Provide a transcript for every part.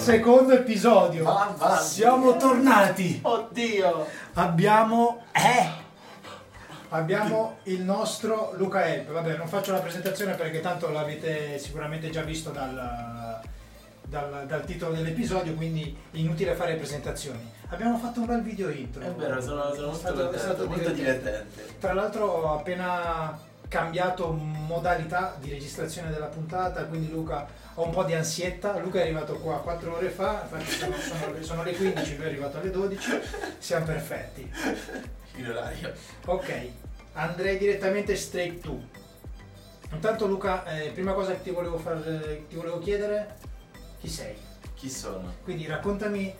secondo episodio. Va. Siamo tornati. Oddio. Abbiamo il nostro Luca Help. Vabbè, non faccio la presentazione perché tanto l'avete sicuramente già visto dal titolo dell'episodio, quindi inutile fare presentazioni. Abbiamo fatto un bel video intro. È vero, sono molto divertente. Tra l'altro ho appena cambiato modalità di registrazione della puntata, quindi Luca ha un po' di ansietta. Luca è arrivato qua 4 ore fa, infatti sono le 15, lui è arrivato alle 12, siamo perfetti. In orario. Ok, andrei direttamente straight to. Intanto Luca, prima cosa che ti volevo chiedere, chi sei? Chi sono? Quindi raccontami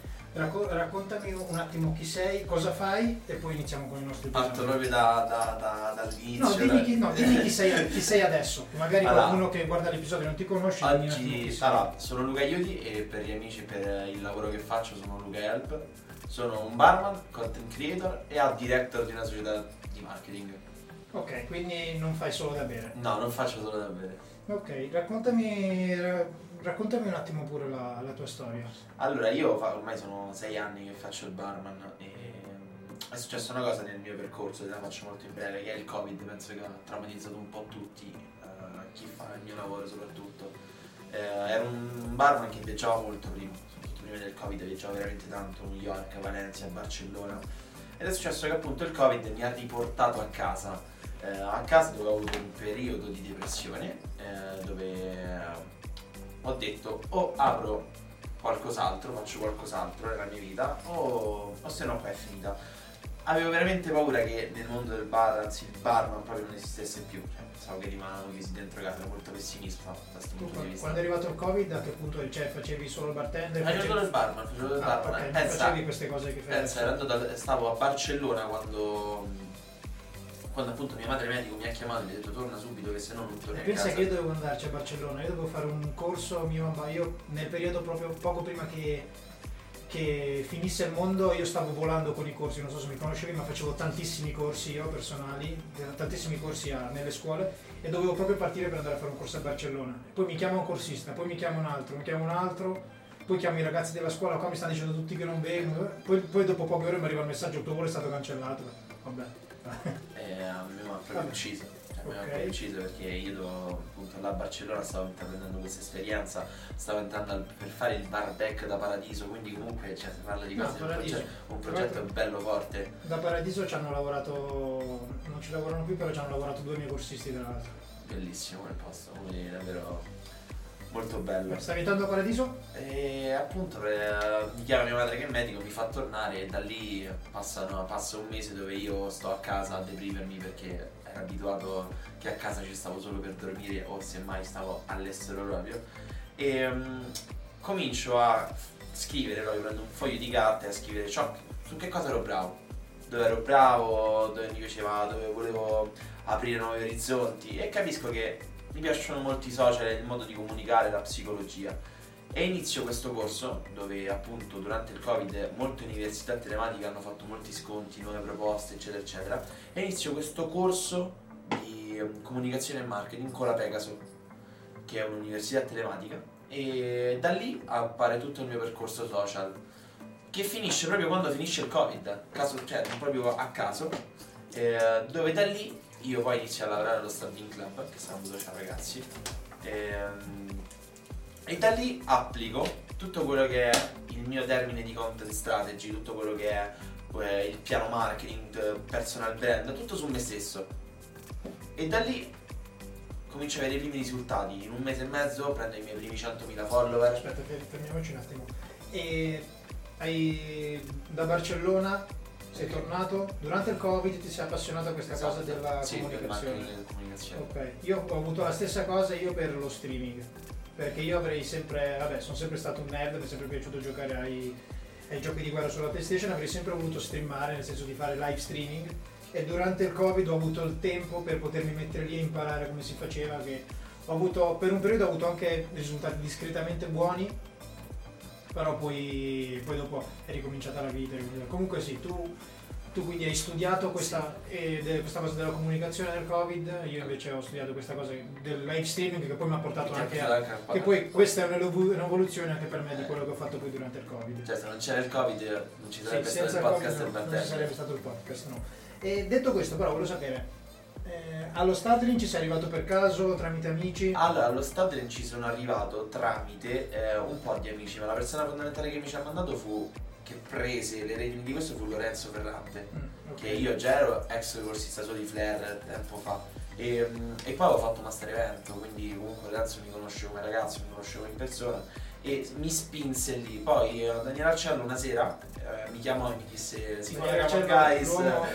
un attimo chi sei, cosa fai e poi iniziamo con il nostro episodio. Parto proprio dall'inizio. Dimmi chi sei adesso. Magari allora, qualcuno che guarda l'episodio non ti conosce. Oggi sono Luca Iudi e per gli amici e per il lavoro che faccio sono Luca Help. Sono un barman, content creator e art director di una società di marketing. Ok, quindi non fai solo da bere. No, non faccio solo da bere. Ok, raccontami un attimo pure la tua storia. Allora, io ormai sono 6 anni che faccio il barman e è successa una cosa nel mio percorso, te la faccio molto in breve, che è il Covid. Penso che ha traumatizzato un po' tutti, chi fa il mio lavoro soprattutto. Ero un barman che viaggiava molto prima, soprattutto prima del Covid viaggiavo veramente tanto, New York, Valencia, Barcellona. Ed è successo che appunto il Covid mi ha riportato a casa dove ho avuto un periodo di depressione, dove ho detto o apro qualcos'altro, faccio qualcos'altro nella mia vita o se no qua è finita. Avevo veramente paura che nel mondo del bar, anzi il barman proprio non esistesse più, pensavo che rimanevano chiusi dentro casa, ero molto pessimista da questo punto di vista. Quando è arrivato il Covid, a che punto facevi solo il bartender? Facevo solo il barman, Okay, facevi queste cose che fai adesso. Stavo a Barcellona quando appunto mia madre medico mi ha chiamato e mi ha detto torna subito che se no non torni a casa. Pensa che io dovevo andarci a Barcellona, io dovevo fare un corso io nel periodo proprio poco prima che finisse il mondo, io stavo volando con i corsi, non so se mi conoscevi, ma facevo tantissimi corsi io personali, tantissimi corsi nelle scuole, e dovevo proprio partire per andare a fare un corso a Barcellona. Poi mi chiama un corsista, poi mi chiama un altro, poi chiamo i ragazzi della scuola, qua mi stanno dicendo tutti che non vengono, poi dopo poche ore mi arriva il messaggio, il tuo volo è stato cancellato. Vabbè. A me mi ha proprio ucciso. Mi ha proprio ucciso perché io appunto là a Barcellona stavo intraprendendo questa esperienza, stavo entrando per fare il bar deck da Paradiso, quindi comunque si parla di cose, un progetto bello forte. Da Paradiso ci hanno lavorato, non ci lavorano più, però ci hanno lavorato 2 miei corsisti tra l'altro. Bellissimo quel posto, quindi davvero molto bello. Stavi andando a Paradiso? E appunto mi chiama mia madre che è medico, mi fa tornare e da lì passa un mese dove io sto a casa a deprimermi perché ero abituato che a casa ci stavo solo per dormire o semmai stavo all'estero proprio. E comincio a scrivere, proprio prendo un foglio di carta e a scrivere su che cosa ero bravo, dove ero bravo, dove mi piaceva, dove volevo aprire nuovi orizzonti, e capisco che mi piacciono molto i social, il modo di comunicare, la psicologia, e inizio questo corso dove appunto durante il Covid molte università telematiche hanno fatto molti sconti, nuove proposte eccetera eccetera, e inizio questo corso di comunicazione e marketing con la Pegaso, che è un'università telematica, e da lì appare tutto il mio percorso social, che finisce proprio quando finisce il Covid, proprio a caso, dove da lì io poi inizio a lavorare allo Standing Club, che stanno 12 ragazzi, e da lì applico tutto quello che è il mio termine di content strategy, tutto quello che è il piano marketing, personal brand, tutto su me stesso, e da lì comincio a avere i primi risultati. In un mese e mezzo prendo i miei primi 100.000 follower. Aspetta, fermiamoci un attimo. E da Barcellona sei tornato durante il Covid, ti sei appassionato a questa cosa della comunicazione. Ok, io ho avuto la stessa cosa io per lo streaming, perché io sono sempre stato un nerd, mi è sempre piaciuto giocare ai giochi di guerra sulla PlayStation, avrei sempre voluto streamare, nel senso di fare live streaming, e durante il Covid ho avuto il tempo per potermi mettere lì a imparare come si faceva, che per un periodo ho avuto anche risultati discretamente buoni, però poi dopo è ricominciata la vita. Comunque sì, tu Tu quindi hai studiato questa cosa della comunicazione del Covid, io invece ho studiato questa cosa del live streaming che poi mi ha portato anche che poi questa è un'evoluzione anche per me di quello che ho fatto poi durante il Covid. Cioè se non c'era il Covid non ci sarebbe stato il podcast del Bartender. Non ci sarebbe stato il podcast, no. E detto questo però volevo sapere, allo Stadlin ci sei arrivato per caso, tramite amici? Allora, allo Stadlin ci sono arrivato tramite un po' di amici, ma la persona fondamentale che mi ci ha mandato che prese le redini di questo fu Lorenzo Ferrante, okay. Che io già ero ex corsista solo di Flair tempo fa e poi avevo fatto un master evento, quindi comunque Lorenzo mi conoscevo come ragazzo, mi conoscevo in persona e mi spinse lì. Poi Daniele Arcello una sera mi chiamò e mi disse si collega guys,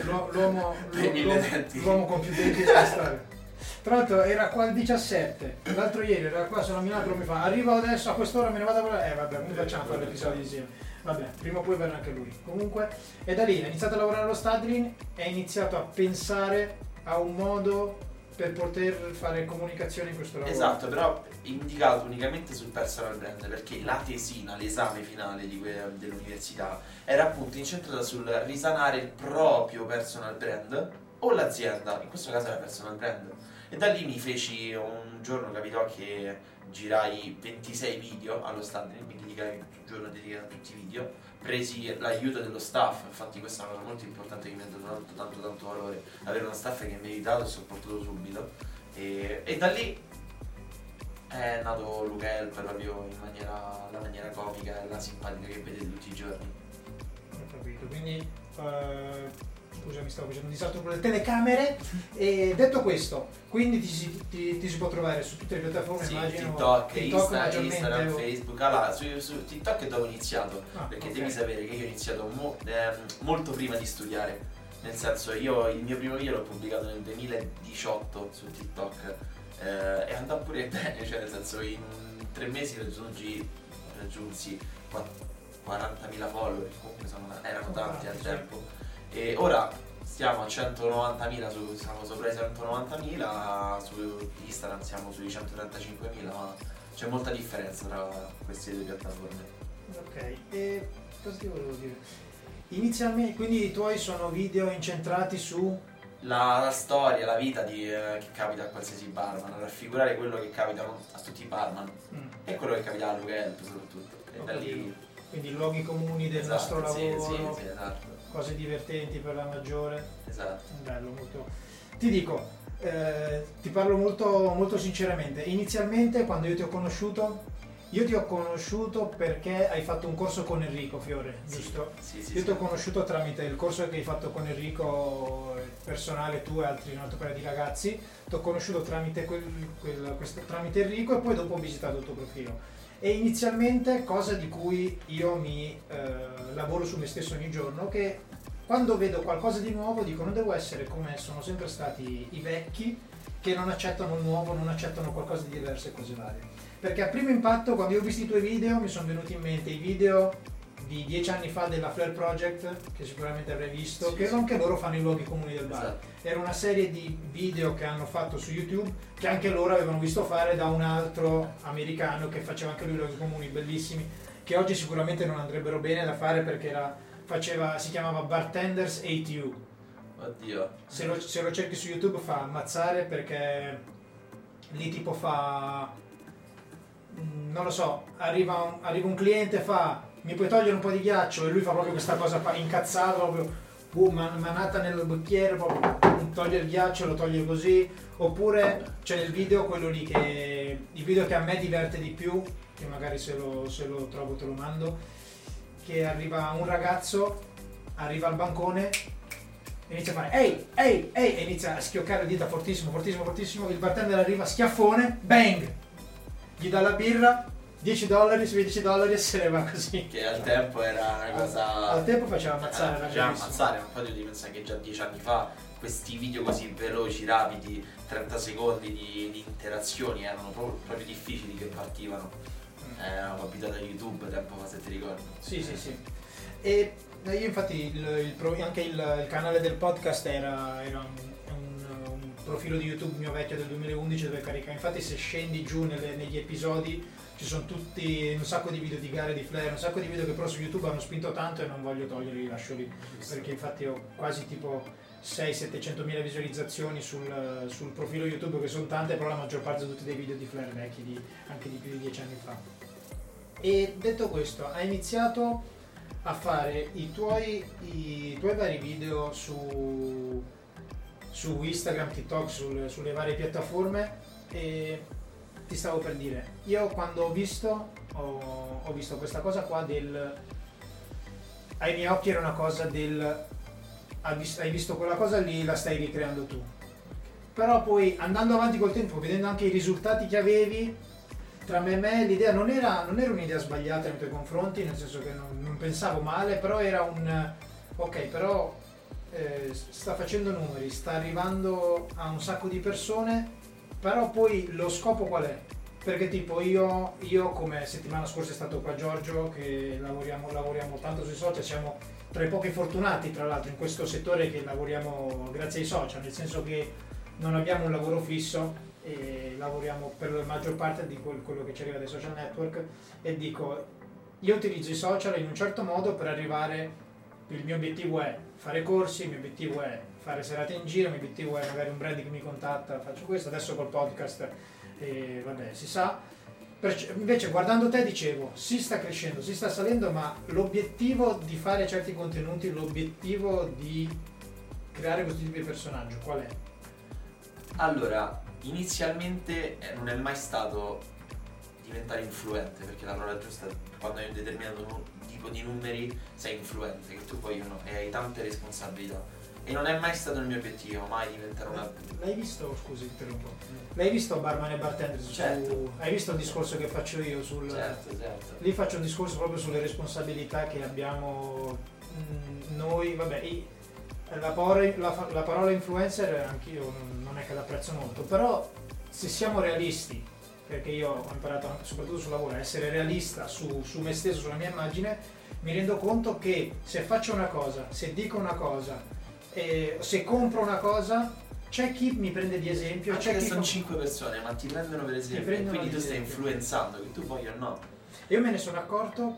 l'uomo con più denti della storia. Tra l'altro era qua il 17, l'altro ieri era qua, sono a Milano, mi fa arrivo adesso a quest'ora, me ne vado a lavorare, vabbè, come facciamo a fare l'episodio insieme? Vabbè, prima o poi verrà anche lui. Comunque, e da lì ha iniziato a lavorare allo Stadlin e ha iniziato a pensare a un modo per poter fare comunicazione in questo lavoro. Esatto, però indicato unicamente sul personal brand, perché la tesina, l'esame finale dell'università era appunto incentrata sul risanare il proprio personal brand o l'azienda, in questo caso era personal brand. E da lì mi feci, un giorno capitò che girai 26 video allo Stadlin, mi dedicai un giorno dedicato a tutti i video, presi l'aiuto dello staff, infatti questa è una cosa molto importante che mi ha dato tanto valore, avere uno staff che mi ha aiutato e sopportato subito e da lì è nato Luca Help proprio la maniera comica e la simpatica che vedete tutti i giorni. Ho capito, quindi scusa, mi stavo facendo un disastro con le telecamere. E detto questo, quindi ti si può trovare su tutte le piattaforme, sì, immagino. TikTok, Instagram, Facebook. Allora, su TikTok è dove ho iniziato, perché okay. Devi sapere che io ho iniziato molto prima di studiare. Nel senso, il mio primo video l'ho pubblicato nel 2018 su TikTok e andò pure bene, cioè nel senso in 3 mesi raggiunsi 40.000 follower, comunque erano tanti al tempo. E ora stiamo a 190.000, siamo sopra i 190.000, su Instagram siamo sui 135.000, ma c'è molta differenza tra queste due piattaforme. Ok, e cosa ti volevo dire? Inizialmente, quindi i tuoi sono video incentrati su la storia, la vita che capita a qualsiasi barman, raffigurare quello che capita a tutti i barman e quello che capita a Luca Help soprattutto. E da lì... Quindi luoghi comuni del nostro lavoro, sì, esatto. Cose divertenti per la maggiore. Esatto. Bello, molto. Ti dico, ti parlo molto sinceramente. Inizialmente, quando io ti ho conosciuto perché hai fatto un corso con Enrico Fiore, giusto? Sì. Io ti ho conosciuto tramite il corso che hai fatto con Enrico, personale, tu e un altro paio di ragazzi. Ti ho conosciuto tramite tramite Enrico e poi dopo ho visitato il tuo profilo. E inizialmente, cosa di cui io mi lavoro su me stesso ogni giorno, che quando vedo qualcosa di nuovo dico non devo essere come sono sempre stati i vecchi che non accettano il nuovo, non accettano qualcosa di diverso e cose varie. Perché a primo impatto, quando io ho visto i tuoi video, mi sono venuti in mente i video di 10 anni fa della Flair Project, che sicuramente avrei visto, che anche loro fanno i luoghi comuni del bar. Esatto. Era una serie di video che hanno fatto su YouTube, che anche loro avevano visto fare da un altro americano che faceva anche lui luoghi comuni bellissimi, che oggi sicuramente non andrebbero bene da fare perché si chiamava Bartenders ATU. Oddio. Se lo cerchi su YouTube fa ammazzare, perché lì tipo non lo so, arriva un cliente, fa mi puoi togliere un po' di ghiaccio, e lui fa proprio questa cosa incazzato, proprio manata nel bicchiere, proprio toglie il ghiaccio, lo toglie così. Oppure c'è nel video quello lì il video che a me diverte di più, che magari se lo trovo te lo mando, che arriva un ragazzo, arriva al bancone e inizia a fare ehi e inizia a schioccare le dita fortissimo, il bartender arriva, schiaffone, bang, gli dà la birra, $10, sui $10 e se ne va così. Che al tempo era una cosa... Al tempo faceva ammazzare. Ma poi devi pensare che già 10 anni fa questi video così veloci, rapidi, 30 secondi di interazioni erano proprio difficili che partivano. Eravamo abituati a YouTube tempo fa, se ti ricordi. Sì. E io infatti anche il canale del podcast era un profilo di YouTube mio vecchio del 2011 dove carica. Infatti se scendi giù negli episodi ci sono tutti un sacco di video di gare di flare, un sacco di video che però su YouTube hanno spinto tanto e non voglio toglierli, li lascio lì, perché infatti ho quasi tipo 600-700 mila visualizzazioni sul profilo YouTube, che sono tante, però la maggior parte sono tutti dei video di flare vecchi, anche di più di 10 anni fa. E detto questo, hai iniziato a fare i tuoi vari video su Instagram, TikTok, sulle varie piattaforme, e ti stavo per dire, io quando ho visto questa cosa qua ai miei occhi era una cosa hai visto quella cosa lì, la stai ricreando tu. Però poi andando avanti col tempo, vedendo anche i risultati che avevi, tra me e me l'idea non era un'idea sbagliata nei tuoi confronti, nel senso che non pensavo male, però era ok, però sta facendo numeri, sta arrivando a un sacco di persone, però poi lo scopo qual è? Perché tipo io come settimana scorsa è stato qua Giorgio, che lavoriamo tanto sui social, siamo tra i pochi fortunati tra l'altro in questo settore che lavoriamo grazie ai social, nel senso che non abbiamo un lavoro fisso e lavoriamo per la maggior parte di quello che ci arriva dai social network, e dico, io utilizzo i social in un certo modo per arrivare, il mio obiettivo è fare corsi, il mio obiettivo è fare serate in giro, il mio obiettivo è magari un brand che mi contatta, faccio questo, adesso col podcast vabbè, si sa. Invece guardando te dicevo, si sta crescendo, si sta salendo, ma l'obiettivo di fare certi contenuti, l'obiettivo di creare questo tipo di personaggio, qual è? Allora, inizialmente non è mai stato diventare influente, perché la parola giusta, quando hai un determinato tipo di numeri sei influente, che tu poi e hai tante responsabilità. E non è mai stato il mio obiettivo, mai diventare una... L'hai visto, scusi, interrompo. L'hai visto Barman e Bartender? Certo. Hai visto il discorso che faccio io sul... Certo. Lì faccio un discorso proprio sulle responsabilità che abbiamo noi, vabbè, la parola influencer anch'io non è che l'apprezzo molto, però se siamo realisti, perché io ho imparato anche soprattutto sul lavoro a essere realista su me stesso, sulla mia immagine, mi rendo conto che se faccio una cosa, se dico una cosa, se compro una cosa, c'è chi mi prende di esempio, anche c'è che chi sono 5 persone ma ti prendono per esempio, e quindi tu stai influenzando, che tu vuoi o no. Io me ne sono accorto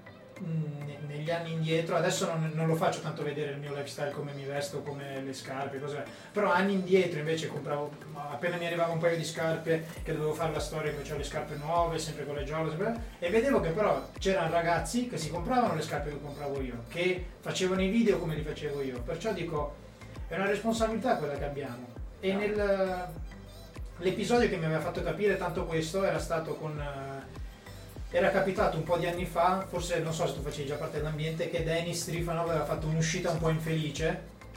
negli anni indietro, adesso non lo faccio tanto vedere il mio lifestyle, come mi vesto, come le scarpe, cos'è, però anni indietro invece compravo, appena mi arrivava un paio di scarpe che dovevo fare la storia che avevo le scarpe nuove, sempre con le giostre, e vedevo che però c'erano ragazzi che si compravano le scarpe che compravo io, che facevano i video come li facevo io, perciò dico, è una responsabilità quella che abbiamo. E l'episodio che mi aveva fatto capire tanto questo era stato era capitato un po' di anni fa, forse non so se tu facevi già parte dell'ambiente, che Dennis Trifanov aveva fatto un'uscita un po' infelice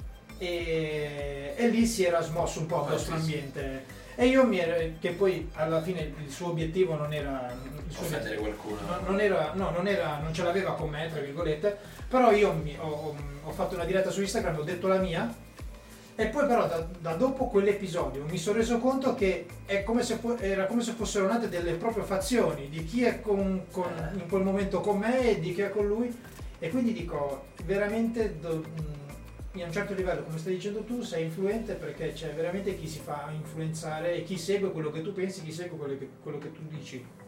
e lì si era smosso un po' questo ambiente. E io che poi alla fine il suo obiettivo non era offendere qualcuno, non ce l'aveva con me, tra virgolette, però io ho fatto una diretta su Instagram, ho detto la mia. E poi però da dopo quell'episodio mi sono reso conto che era come se fossero nate delle proprie fazioni di chi è in quel momento con me e di chi è con lui, e quindi dico veramente in un certo livello, come stai dicendo tu, sei influente perché c'è veramente chi si fa influenzare e chi segue quello che tu pensi, chi segue quello che tu dici.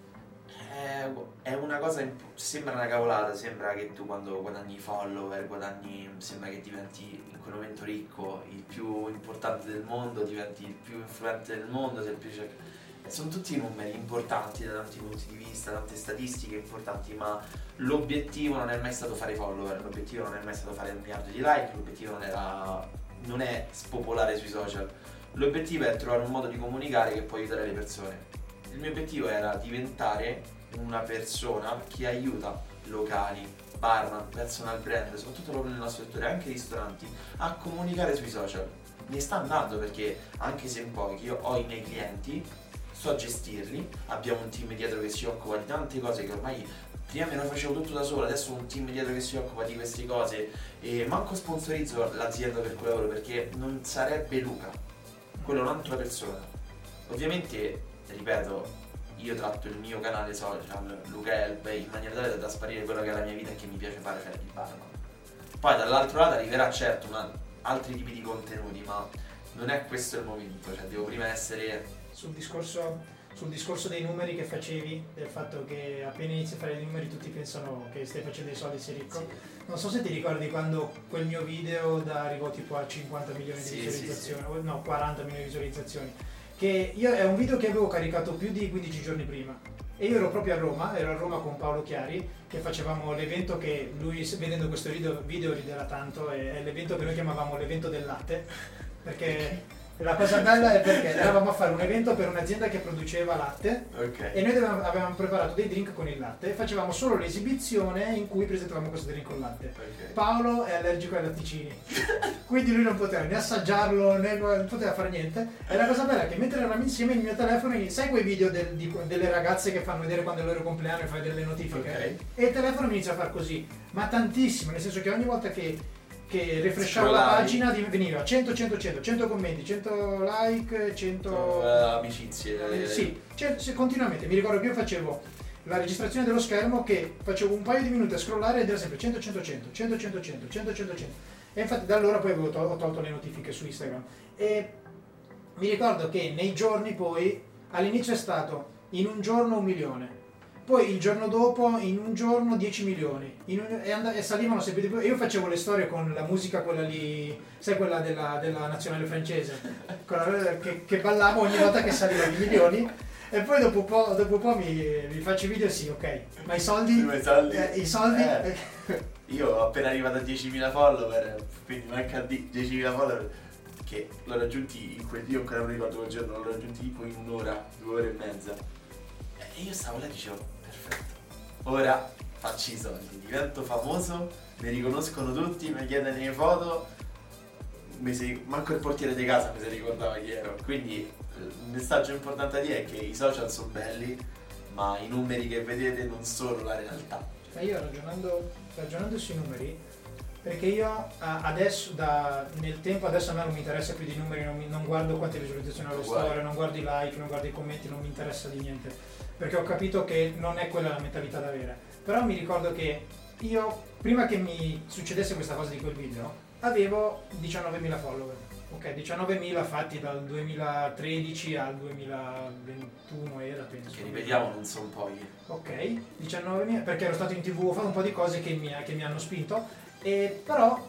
È una cosa, sembra una cavolata, sembra che tu quando guadagni follower, sembra che diventi in quel momento ricco, il più importante del mondo, diventi il più influente del mondo, sono tutti numeri importanti da tanti punti di vista, tante statistiche importanti, ma l'obiettivo non è mai stato fare follower, l'obiettivo non è mai stato fare 1 miliardo di like, l'obiettivo non è spopolare sui social, l'obiettivo è trovare un modo di comunicare che può aiutare le persone. Il mio obiettivo era diventare una persona che aiuta locali, barman, personal brand, soprattutto proprio nel nostro settore, anche ristoranti, a comunicare sui social. Mi sta andando perché anche se in pochi, io ho i miei clienti, so a gestirli, abbiamo un team dietro che si occupa di tante cose che ormai prima me lo facevo tutto da solo, adesso ho un team dietro che si occupa di queste cose e manco sponsorizzo l'azienda per cui lavoro perché non sarebbe Luca, quello è un'altra persona. Ovviamente, ripeto, io tratto il mio canale social, Luca Help, in maniera tale da trasparire quella che è la mia vita e che mi piace fare, cioè il barman. Poi dall'altro lato arriverà certo altri tipi di contenuti, ma non è questo il momento, cioè devo prima essere... Sul discorso dei numeri che facevi, del fatto che appena inizi a fare i numeri tutti pensano che stai facendo i soldi e sei ricco. Sì. Non so se ti ricordi quando quel mio video arrivò tipo a 50 milioni di visualizzazioni, sì. No, 40 milioni di visualizzazioni. Che è un video che avevo caricato più di 15 giorni prima. E io ero proprio ero a Roma con Paolo Chiari, che facevamo l'evento che lui, vedendo questo video rideva tanto, è l'evento che noi chiamavamo l'evento del latte, perché la cosa bella è perché eravamo a fare un evento per un'azienda che produceva latte, okay. E noi avevamo preparato dei drink con il latte e facevamo solo l'esibizione in cui presentavamo questo drink con latte. Okay. Paolo è allergico ai latticini, quindi lui non poteva né assaggiarlo né non poteva fare niente. E la cosa bella è che mentre eravamo insieme il mio telefono, sai quei video delle ragazze che fanno vedere quando è il loro compleanno e fai delle notifiche? Okay. E il telefono mi inizia a far così, ma tantissimo, nel senso che ogni volta che refreshavo la pagina veniva 100 commenti, 100 like, 100 amicizie. Sì, continuamente. Mi ricordo che io facevo la registrazione dello schermo, che facevo un paio di minuti a scrollare ed era sempre 100. E infatti da allora poi ho tolto le notifiche su Instagram. E mi ricordo che nei giorni poi, all'inizio è stato in un giorno 1 milione. Poi il giorno dopo, in un giorno 10 milioni, e salivano sempre di più. E io facevo le storie con la musica, quella lì, sai, quella della nazionale francese, che ballavo ogni volta che salivano i milioni. E poi dopo un po' mi faccio i video, sì, ok, ma i soldi? Io ho appena arrivato a 10.000 follower, quindi manca a 10.000 follower, che l'ho raggiunti io ancora non ricordo quel giorno, l'ho raggiunti tipo in un'ora, 2 ore e mezza. E io stavo là e dicevo, perfetto, ora faccio i soldi, divento famoso, mi riconoscono tutti, mi chiedono le foto, manco il portiere di casa mi si ricordava chi ero. Quindi il messaggio importante a dire è che i social sono belli, ma i numeri che vedete non sono la realtà. Io ragionando sui numeri, perché io adesso, nel tempo, adesso a me non mi interessa più di numeri, non guardo quante visualizzazioni ho le storie, non guardo i like, non guardo i commenti, non mi interessa di niente, perché ho capito che non è quella la mentalità da avere. Però mi ricordo che io, prima che mi succedesse questa cosa di quel video, avevo 19.000 follower. Ok, 19.000 fatti dal 2013 al 2021 era, penso. Che ripetiamo, non sono pochi. Ok, 19.000, perché ero stato in TV, ho fatto un po' di cose che mi hanno spinto. Però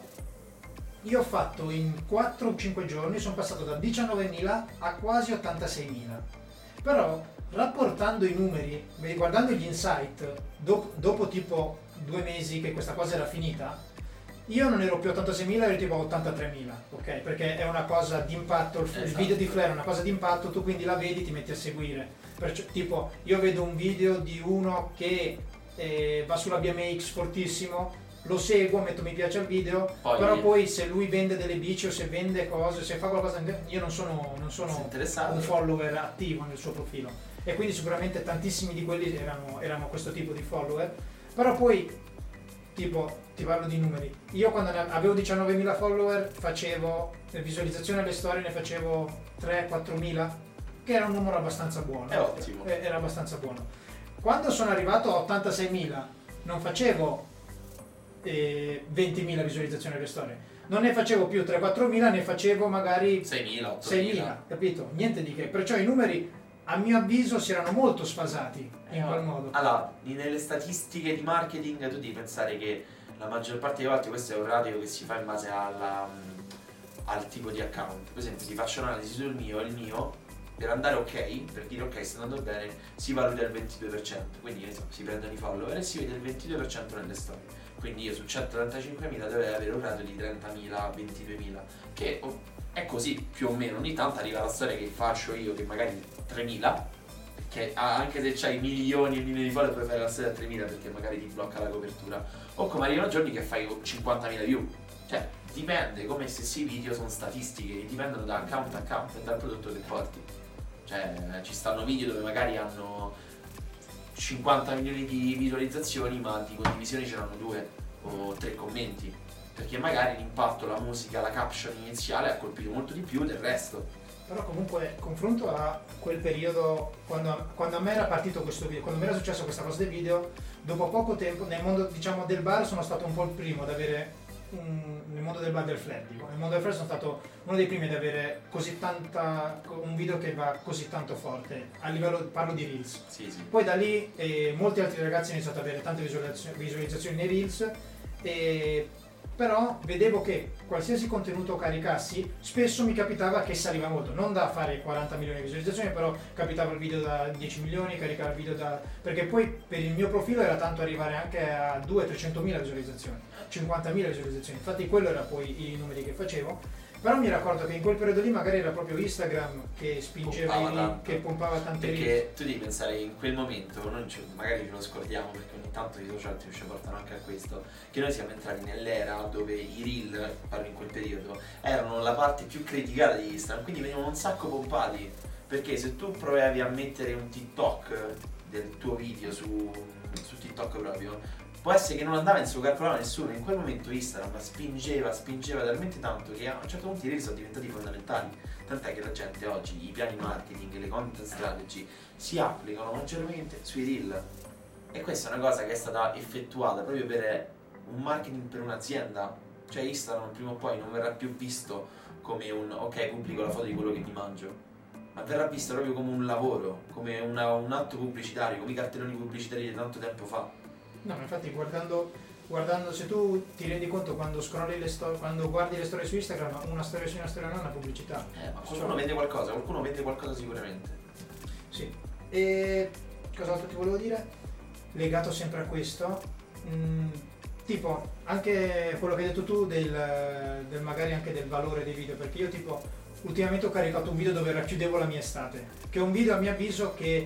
io ho fatto in 4-5 giorni, sono passato da 19.000 a quasi 86.000. Però rapportando i numeri, guardando gli insight, dopo tipo 2 mesi che questa cosa era finita, io non ero più 86.000, ero tipo 83.000, ok? Perché è una cosa d'impatto, il video di Flair è una cosa d'impatto, tu quindi la vedi, ti metti a seguire. Perciò, tipo, io vedo un video di uno che va sulla BMX fortissimo, lo seguo, metto mi piace al video, però poi se lui vende delle bici o se vende cose, se fa qualcosa, io non sono un follower attivo nel suo profilo, e quindi sicuramente tantissimi di quelli erano questo tipo di follower. Però poi, tipo, ti parlo di numeri, io quando avevo 19.000 follower facevo visualizzazioni alle storie, ne facevo 3-4.000, che era un numero abbastanza buono. È ottimo. Era abbastanza buono. Quando sono arrivato a 86.000 non facevo 20.000 visualizzazioni alle storie, non ne facevo più 3-4.000, ne facevo magari 6.000, 6.000, capito? Niente di che, perciò i numeri a mio avviso si erano molto sfasati in quel modo. Allora, nelle statistiche di marketing tu devi pensare che la maggior parte delle volte questo è un ratio che si fa in base al tipo di account. Per esempio, ti faccio un'analisi sul mio, il mio per andare ok, per dire ok, sta andando bene, si valuta il 22%, quindi si prendono i follower e si vede il 22% nelle storie. Quindi io su 135.000 dovrei avere un ratio di 30.000, 22.000, che è così più o meno. Ogni tanto arriva la storia che faccio io, che magari 3.000, che anche se c'hai milioni e milioni di follower puoi fare la storia a 3.000 perché magari ti blocca la copertura, o come arrivano giorni che fai 50.000 view. Cioè dipende, come stessi i video sono statistiche che dipendono da account a account e dal prodotto che porti. Cioè ci stanno video dove magari hanno 50 milioni di visualizzazioni ma di condivisioni c'erano 2 o 3 commenti, perché magari l'impatto, la musica, la caption iniziale ha colpito molto di più del resto. Però comunque, confronto a quel periodo, quando a me era partito questo video, quando mi era successo questa cosa dei video, dopo poco tempo nel mondo, diciamo, del bar sono stato un po' il primo ad avere nel mondo del flash, dico. Nel mondo del flash sono stato uno dei primi ad avere un video che va così tanto forte, a livello, parlo di Reels. Sì, sì. Poi da lì molti altri ragazzi hanno iniziato ad avere tante visualizzazioni nei Reels, però vedevo che qualsiasi contenuto caricassi spesso mi capitava che saliva molto, non da fare 40 milioni di visualizzazioni, però capitava il video da 10 milioni, caricava il video da... perché poi per il mio profilo era tanto arrivare anche a 200-300 mila visualizzazioni, 50 mila visualizzazioni, infatti quello era poi i numeri che facevo. Però mi raccordo che in quel periodo lì magari era proprio Instagram che spingeva, che pompava tante Perché reels. tu devi pensare che in quel momento, magari ce lo scordiamo perché ogni tanto i social ci portano anche a questo, che noi siamo entrati nell'era dove i reel, parlo in quel periodo, erano la parte più criticata di Instagram, quindi venivano un sacco pompati, perché se tu provavi a mettere un TikTok del tuo video su TikTok proprio, può essere che non andava in suo calcolare nessuno. In quel momento Instagram spingeva talmente tanto che a un certo punto i reel sono diventati fondamentali, tant'è che la gente oggi, i piani marketing, le content strategy si applicano maggiormente sui reel, e questa è una cosa che è stata effettuata proprio per un marketing per un'azienda. Cioè Instagram prima o poi non verrà più visto come un ok, pubblico la foto di quello che mi mangio, ma verrà visto proprio come un lavoro, come un atto pubblicitario, come i cartelloni pubblicitari di tanto tempo fa. No, infatti guardando, se tu ti rendi conto quando scrolli quando guardi le storie su Instagram, una storia su una storia non è una pubblicità. Ma qualcuno vende qualcosa sicuramente. Sì. E cos'altro ti volevo dire? Legato sempre a questo, tipo anche quello che hai detto tu del magari anche del valore dei video, perché io tipo ultimamente ho caricato un video dove racchiudevo la mia estate, che è un video a mio avviso che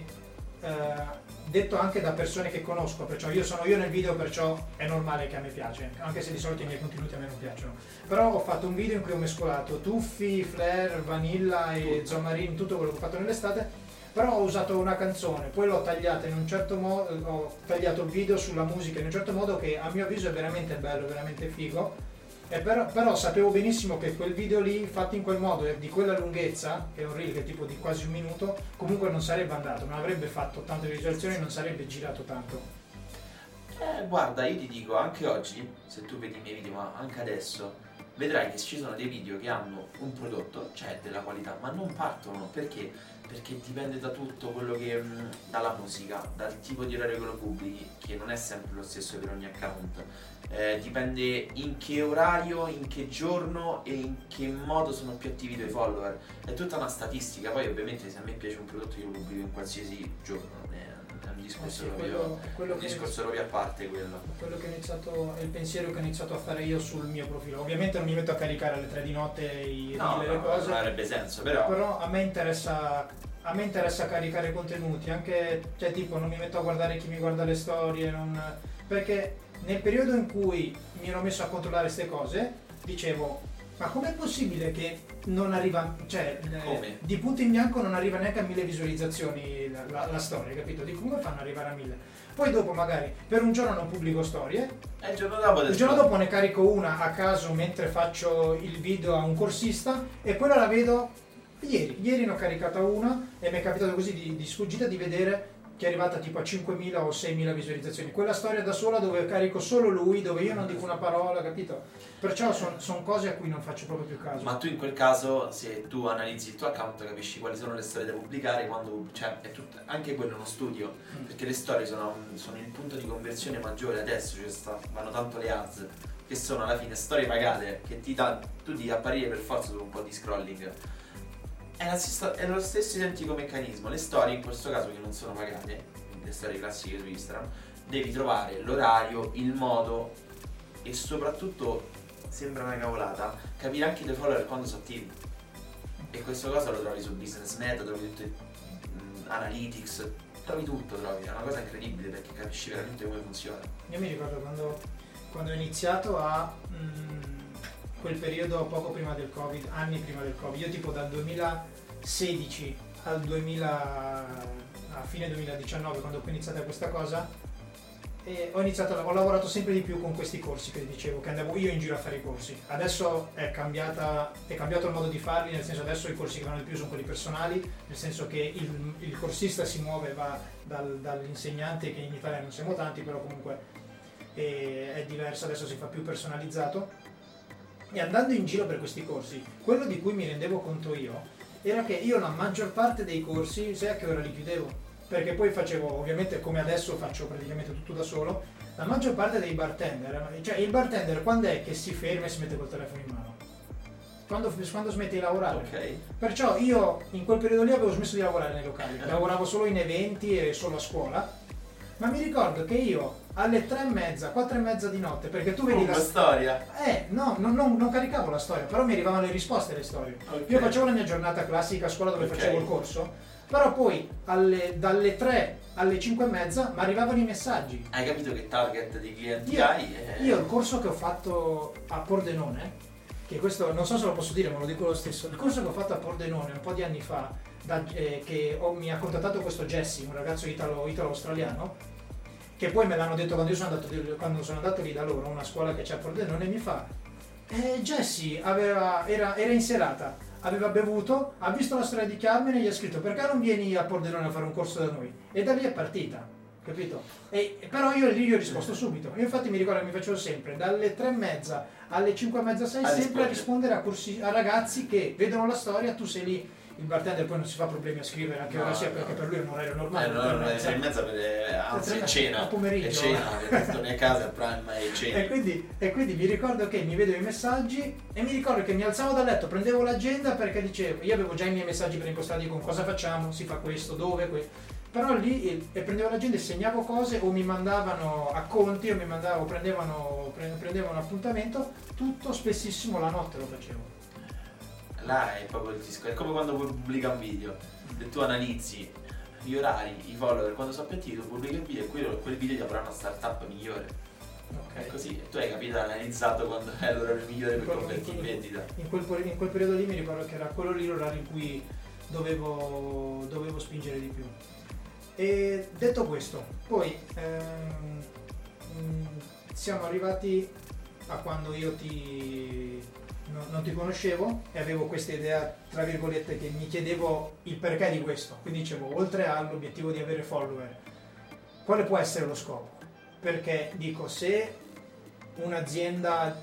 detto anche da persone che conosco, perciò io sono io nel video, perciò è normale che a me piace, anche se di solito i miei contenuti a me non piacciono. Però ho fatto un video in cui ho mescolato tuffi, flare, vanilla e Zomarin, tutto quello che ho fatto nell'estate, però ho usato una canzone, poi l'ho tagliata in un certo modo, ho tagliato il video sulla musica in un certo modo che a mio avviso è veramente bello, veramente figo. Però sapevo benissimo che quel video lì, fatto in quel modo e di quella lunghezza, che è un reel che è tipo di quasi un minuto, comunque non sarebbe andato, non avrebbe fatto tante visualizzazioni e non sarebbe girato tanto. Guarda, io ti dico, anche oggi, se tu vedi i miei video, ma anche adesso, vedrai che ci sono dei video che hanno un prodotto, cioè della qualità, ma non partono. Perché? Perché dipende da tutto quello che... dalla musica, dal tipo di orario che lo pubblichi, che non è sempre lo stesso per ogni account. Dipende in che orario, in che giorno e in che modo sono più attivi i tuoi follower. È tutta una statistica. Poi ovviamente se a me piace un prodotto io lo pubblico in qualsiasi giorno, è un discorso proprio a parte quello. Quello che ho iniziato, è il pensiero che ho iniziato a fare io sul mio profilo. Ovviamente non mi metto a caricare alle 3 di notte i reel e le cose. Non avrebbe senso, però a me interessa caricare contenuti, anche, cioè tipo non mi metto a guardare chi mi guarda le storie, perché nel periodo in cui mi ero messo a controllare queste cose, dicevo, ma com'è possibile che non arriva, cioè di punto in bianco non arriva neanche a 1000 visualizzazioni la storia, capito? Di come fanno ad arrivare a 1000? Poi dopo magari per un giorno non pubblico storie, e il giorno dopo ne carico una a caso mentre faccio il video a un corsista e quella la vedo ieri ne ho caricata una e mi è capitato così di sfuggita di vedere che è arrivata tipo a 5.000 o 6.000 visualizzazioni. Quella storia da sola dove carico solo lui, dove io non dico una parola, capito? Perciò sono cose a cui non faccio proprio più caso. Ma tu in quel caso, se tu analizzi il tuo account, capisci quali sono le storie da pubblicare, cioè è tutto, anche quello è uno studio, perché le storie sono il punto di conversione maggiore adesso, vanno tanto le ads, che sono alla fine storie pagate, che tu devi apparire per forza su un po' di scrolling. È lo stesso identico meccanismo. Le storie in questo caso che non sono pagate, le storie classiche su Instagram, devi trovare l'orario, il modo e soprattutto, sembra una cavolata, capire anche i tuoi follower quando sono attivi. E questo cosa lo trovi su BusinessMed, trovi tutte Analytics, trovi tutto, è una cosa incredibile perché capisci veramente come funziona. Io mi ricordo quando ho iniziato quel periodo poco prima del Covid, anni prima del Covid, io tipo dal 2016 al 2000, a fine 2019, quando ho iniziato questa cosa, e ho lavorato sempre di più con questi corsi che dicevo, che andavo io in giro a fare i corsi. Adesso è cambiato il modo di farli, nel senso adesso i corsi che vanno di più sono quelli personali, nel senso che il corsista si muove, va dall'insegnante, che in Italia non siamo tanti, però comunque è diverso, adesso si fa più personalizzato. E andando in giro per questi corsi, quello di cui mi rendevo conto io era che io la maggior parte dei corsi, sai a che ora li chiudevo? Perché poi facevo, ovviamente come adesso faccio praticamente tutto da solo, la maggior parte dei bartender, cioè il bartender quando è che si ferma e si mette col telefono in mano? Quando smette di lavorare. Okay. Perciò io in quel periodo lì avevo smesso di lavorare nei locali, lavoravo solo in eventi e solo a scuola, ma mi ricordo che io alle 3:30, 4:30 di notte, perché tu vedi la storia. No, non caricavo la storia, però mi arrivavano le risposte alle storie. Okay. Io facevo la mia giornata classica a scuola dove facevo il corso, però poi dalle 3 alle 5:30 mi arrivavano i messaggi. Hai capito che target di clienti hai? Io il corso che ho fatto a Pordenone, che questo non so se lo posso dire ma lo dico lo stesso, il corso che ho fatto a Pordenone un po' di anni fa, mi ha contattato questo Jesse, un ragazzo italo-australiano, che poi me l'hanno detto quando sono andato lì da loro, una scuola che c'è a Pordenone, mi fa Jesse era in serata, aveva bevuto, ha visto la storia di Carmen e gli ha scritto perché non vieni a Pordenone a fare un corso da noi, e da lì è partita, capito? Però io lì gli ho risposto subito. Io infatti mi ricordo che mi facevo sempre dalle 3:30 alle 5:30, 6 sempre a rispondere a ragazzi che vedono la storia, tu sei lì. Il bartender poi non si fa problemi a scrivere anche ora sia perché per lui è un orario normale. No, alle 6:30 anzi è cena. A pomeriggio. È cena, perché torni a casa al prime e cena. E quindi mi ricordo che mi vedevo i messaggi e mi ricordo che mi alzavo dal letto, prendevo l'agenda perché dicevo, io avevo già i miei messaggi preimpostati con cosa facciamo, si fa questo, dove, però lì prendevo l'agenda e segnavo cose o mi mandavano a conti o prendevano appuntamento, tutto spessissimo la notte lo facevo. Là è proprio il disco, è come quando pubblica un video e tu analizzi gli orari, i follower, quando sono appetiti, tu pubblichi il video e quel video ti avrà una startup migliore. Okay. È così, e tu hai capito, hai analizzato quando è l'orario migliore per convertirti in vendita. In quel periodo lì mi ricordo che era quello lì l'orario in cui dovevo spingere di più. E detto questo, poi siamo arrivati a quando io non ti conoscevo e avevo questa idea, tra virgolette, che mi chiedevo il perché di questo. Quindi dicevo, oltre all'obiettivo di avere follower, quale può essere lo scopo? Perché dico, se un'azienda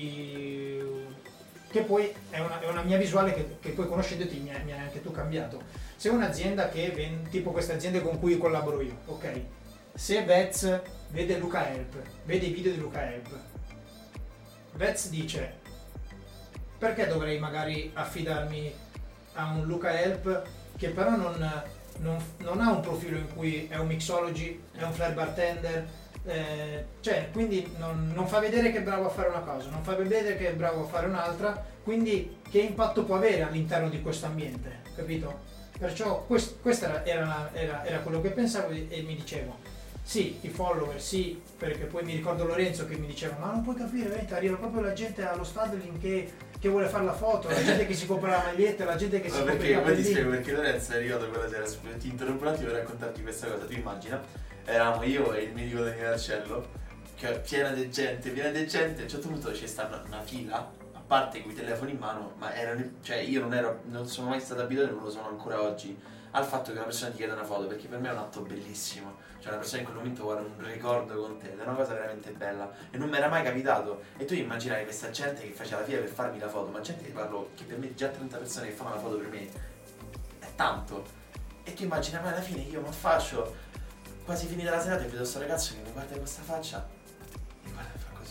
che poi è una mia visuale che poi conoscendoti mi hai anche tu cambiato, se un'azienda tipo queste aziende con cui collaboro io, ok, se Vez vede Luca Help, vede i video di Luca Help, Vez dice perché dovrei magari affidarmi a un Luca Help che però non ha un profilo in cui è un mixology, è un flare bartender, cioè quindi non fa vedere che è bravo a fare una cosa, non fa vedere che è bravo a fare un'altra, quindi che impatto può avere all'interno di questo ambiente, capito? Perciò questo era quello che pensavo e mi dicevo sì, i follower, sì, perché poi mi ricordo Lorenzo che mi diceva ma non puoi capire, veramente arriva proprio la gente allo Stadling che vuole fare la foto, la gente che si compra la maglietta, la gente che si compra i capelli. Ti spiego perché Lorenzo è arrivato quella sera, ti interrompo un attimo per raccontarti questa cosa. Tu immagina, eravamo io e il medico Daniele Arcello, che piena di gente, a un certo punto c'è stata una fila, a parte con i telefoni in mano, ma cioè io non sono mai stato abituato e non lo sono ancora oggi al fatto che una persona ti chieda una foto, perché per me è un atto bellissimo, cioè una persona in quel momento vuole un ricordo con te, ed è una cosa veramente bella e non mi era mai capitato. E tu immaginai questa gente che faceva la fila per farmi la foto, ma gente che parlo che per me già 30 persone che fanno la foto per me è tanto, e tu immagina ma alla fine io non faccio, quasi finita la serata e vedo questo ragazzo che mi guarda con questa faccia e guarda e fa così,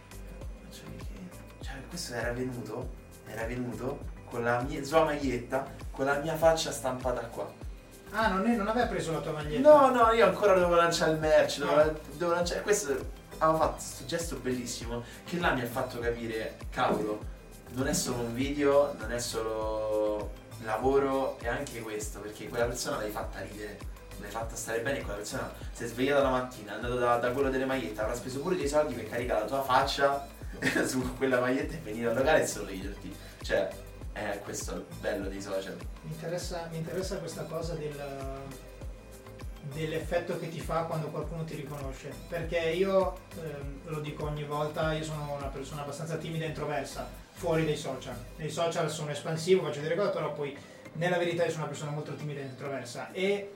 cioè questo era venuto con la sua maglietta, con la mia faccia stampata qua. Ah, non aveva preso la tua maglietta? No, io ancora dovevo lanciare il merch, dovevo lanciare. Questo aveva fatto questo gesto bellissimo che là mi ha fatto capire, cavolo, non è solo un video, non è solo lavoro, è anche questo, perché quella persona l'hai fatta ridere, l'hai fatta stare bene, e quella persona si è svegliata la mattina, è andata da quello delle magliette, avrà speso pure dei soldi per caricare la tua faccia su quella maglietta e venire al locale e sorriderti. Cioè, è questo il bello dei social. Mi interessa questa cosa dell'effetto che ti fa quando qualcuno ti riconosce, perché io lo dico ogni volta, io sono una persona abbastanza timida e introversa fuori dai social. Nei social sono espansivo, faccio delle cose, però poi nella verità io sono una persona molto timida e introversa, e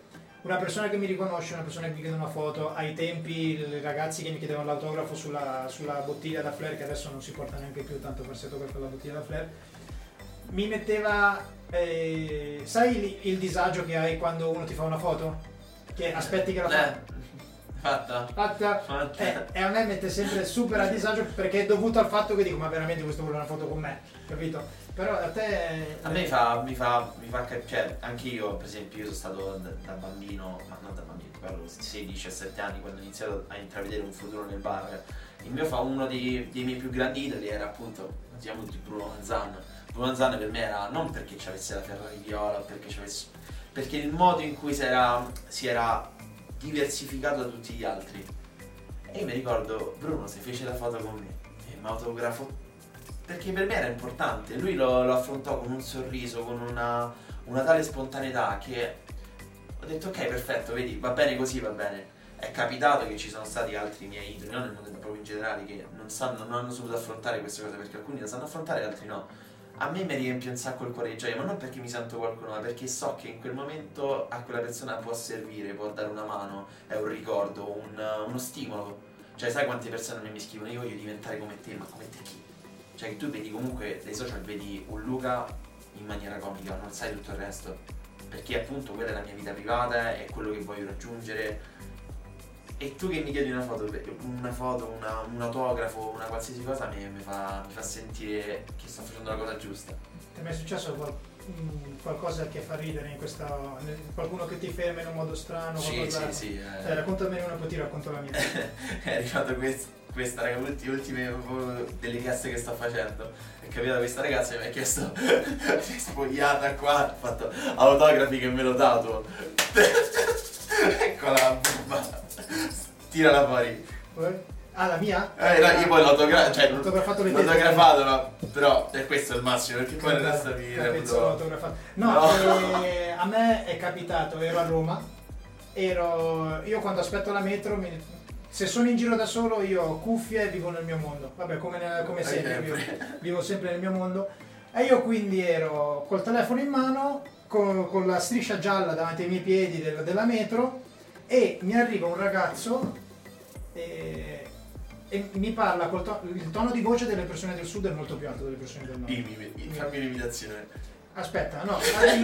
una persona che mi riconosce, una persona che mi chiede una foto, ai tempi i ragazzi che mi chiedevano l'autografo sulla bottiglia da Flair, che adesso non si porta neanche più tanto per sé con la bottiglia da Flair, mi metteva, sai il disagio che hai quando uno ti fa una foto? Che aspetti che la fatta. E a me mette sempre super a disagio perché è dovuto al fatto che dico ma veramente questo vuole una foto con me, capito? Però a te... A me mi fa cioè anche io per esempio io sono stato da bambino, ma non da bambino, parlo 16-17 anni quando ho iniziato a intravedere un futuro nel bar. Uno dei miei più grandi idoli era appunto, diciamo di Bruno Manzan. Bruno Manzan per me era non perché ci avesse la Ferrari viola, perché il modo in cui si era diversificato da tutti gli altri. E io mi ricordo Bruno si fece la foto con me e mi autografò perché per me era importante. Lui lo affrontò con un sorriso, con una tale spontaneità che ho detto ok, perfetto, vedi, va bene così, va bene. È capitato che ci sono stati altri miei idoli, non nel mondo proprio in generale, che non hanno saputo affrontare queste cose perché alcuni la sanno affrontare e altri no. A me mi riempie un sacco il cuore di gioia, ma non perché mi sento qualcuno, ma perché so che in quel momento a quella persona può servire, può dare una mano, è un ricordo, uno stimolo. Cioè sai quante persone a me mi scrivono io voglio diventare come te, ma come te chi? Cioè che tu vedi comunque dai social, vedi un Luca in maniera comica, non sai tutto il resto. Perché appunto quella è la mia vita privata, è quello che voglio raggiungere. E tu che mi chiedi una foto, un autografo, una qualsiasi cosa mi fa sentire che sto facendo la cosa giusta. Ti è mai successo qualcosa che fa ridere in qualcuno che ti ferma in un modo strano? Sì. Raccontamene una, poi ti racconto la mia. È arrivato questa ragazza, le ultime delle richieste che sto facendo. È capitata questa ragazza e mi ha chiesto si è spogliata qua, ha fatto autografi che me l'ho dato. Eccola, tirala fuori. Ah, la mia? Io poi l'ho autografato, no, però è questo il massimo, perché poi il resto mi reputo. No. A me è capitato, ero a Roma, io quando aspetto la metro, se sono in giro da solo io ho cuffie e vivo nel mio mondo, vabbè come sempre, vivo sempre nel mio mondo, e io quindi ero col telefono in mano, con la striscia gialla davanti ai miei piedi della metro, e mi arriva un ragazzo e mi parla il tono di voce delle persone del sud è molto più alto delle persone del nord. Fammi un'imitazione. Aspetta, no,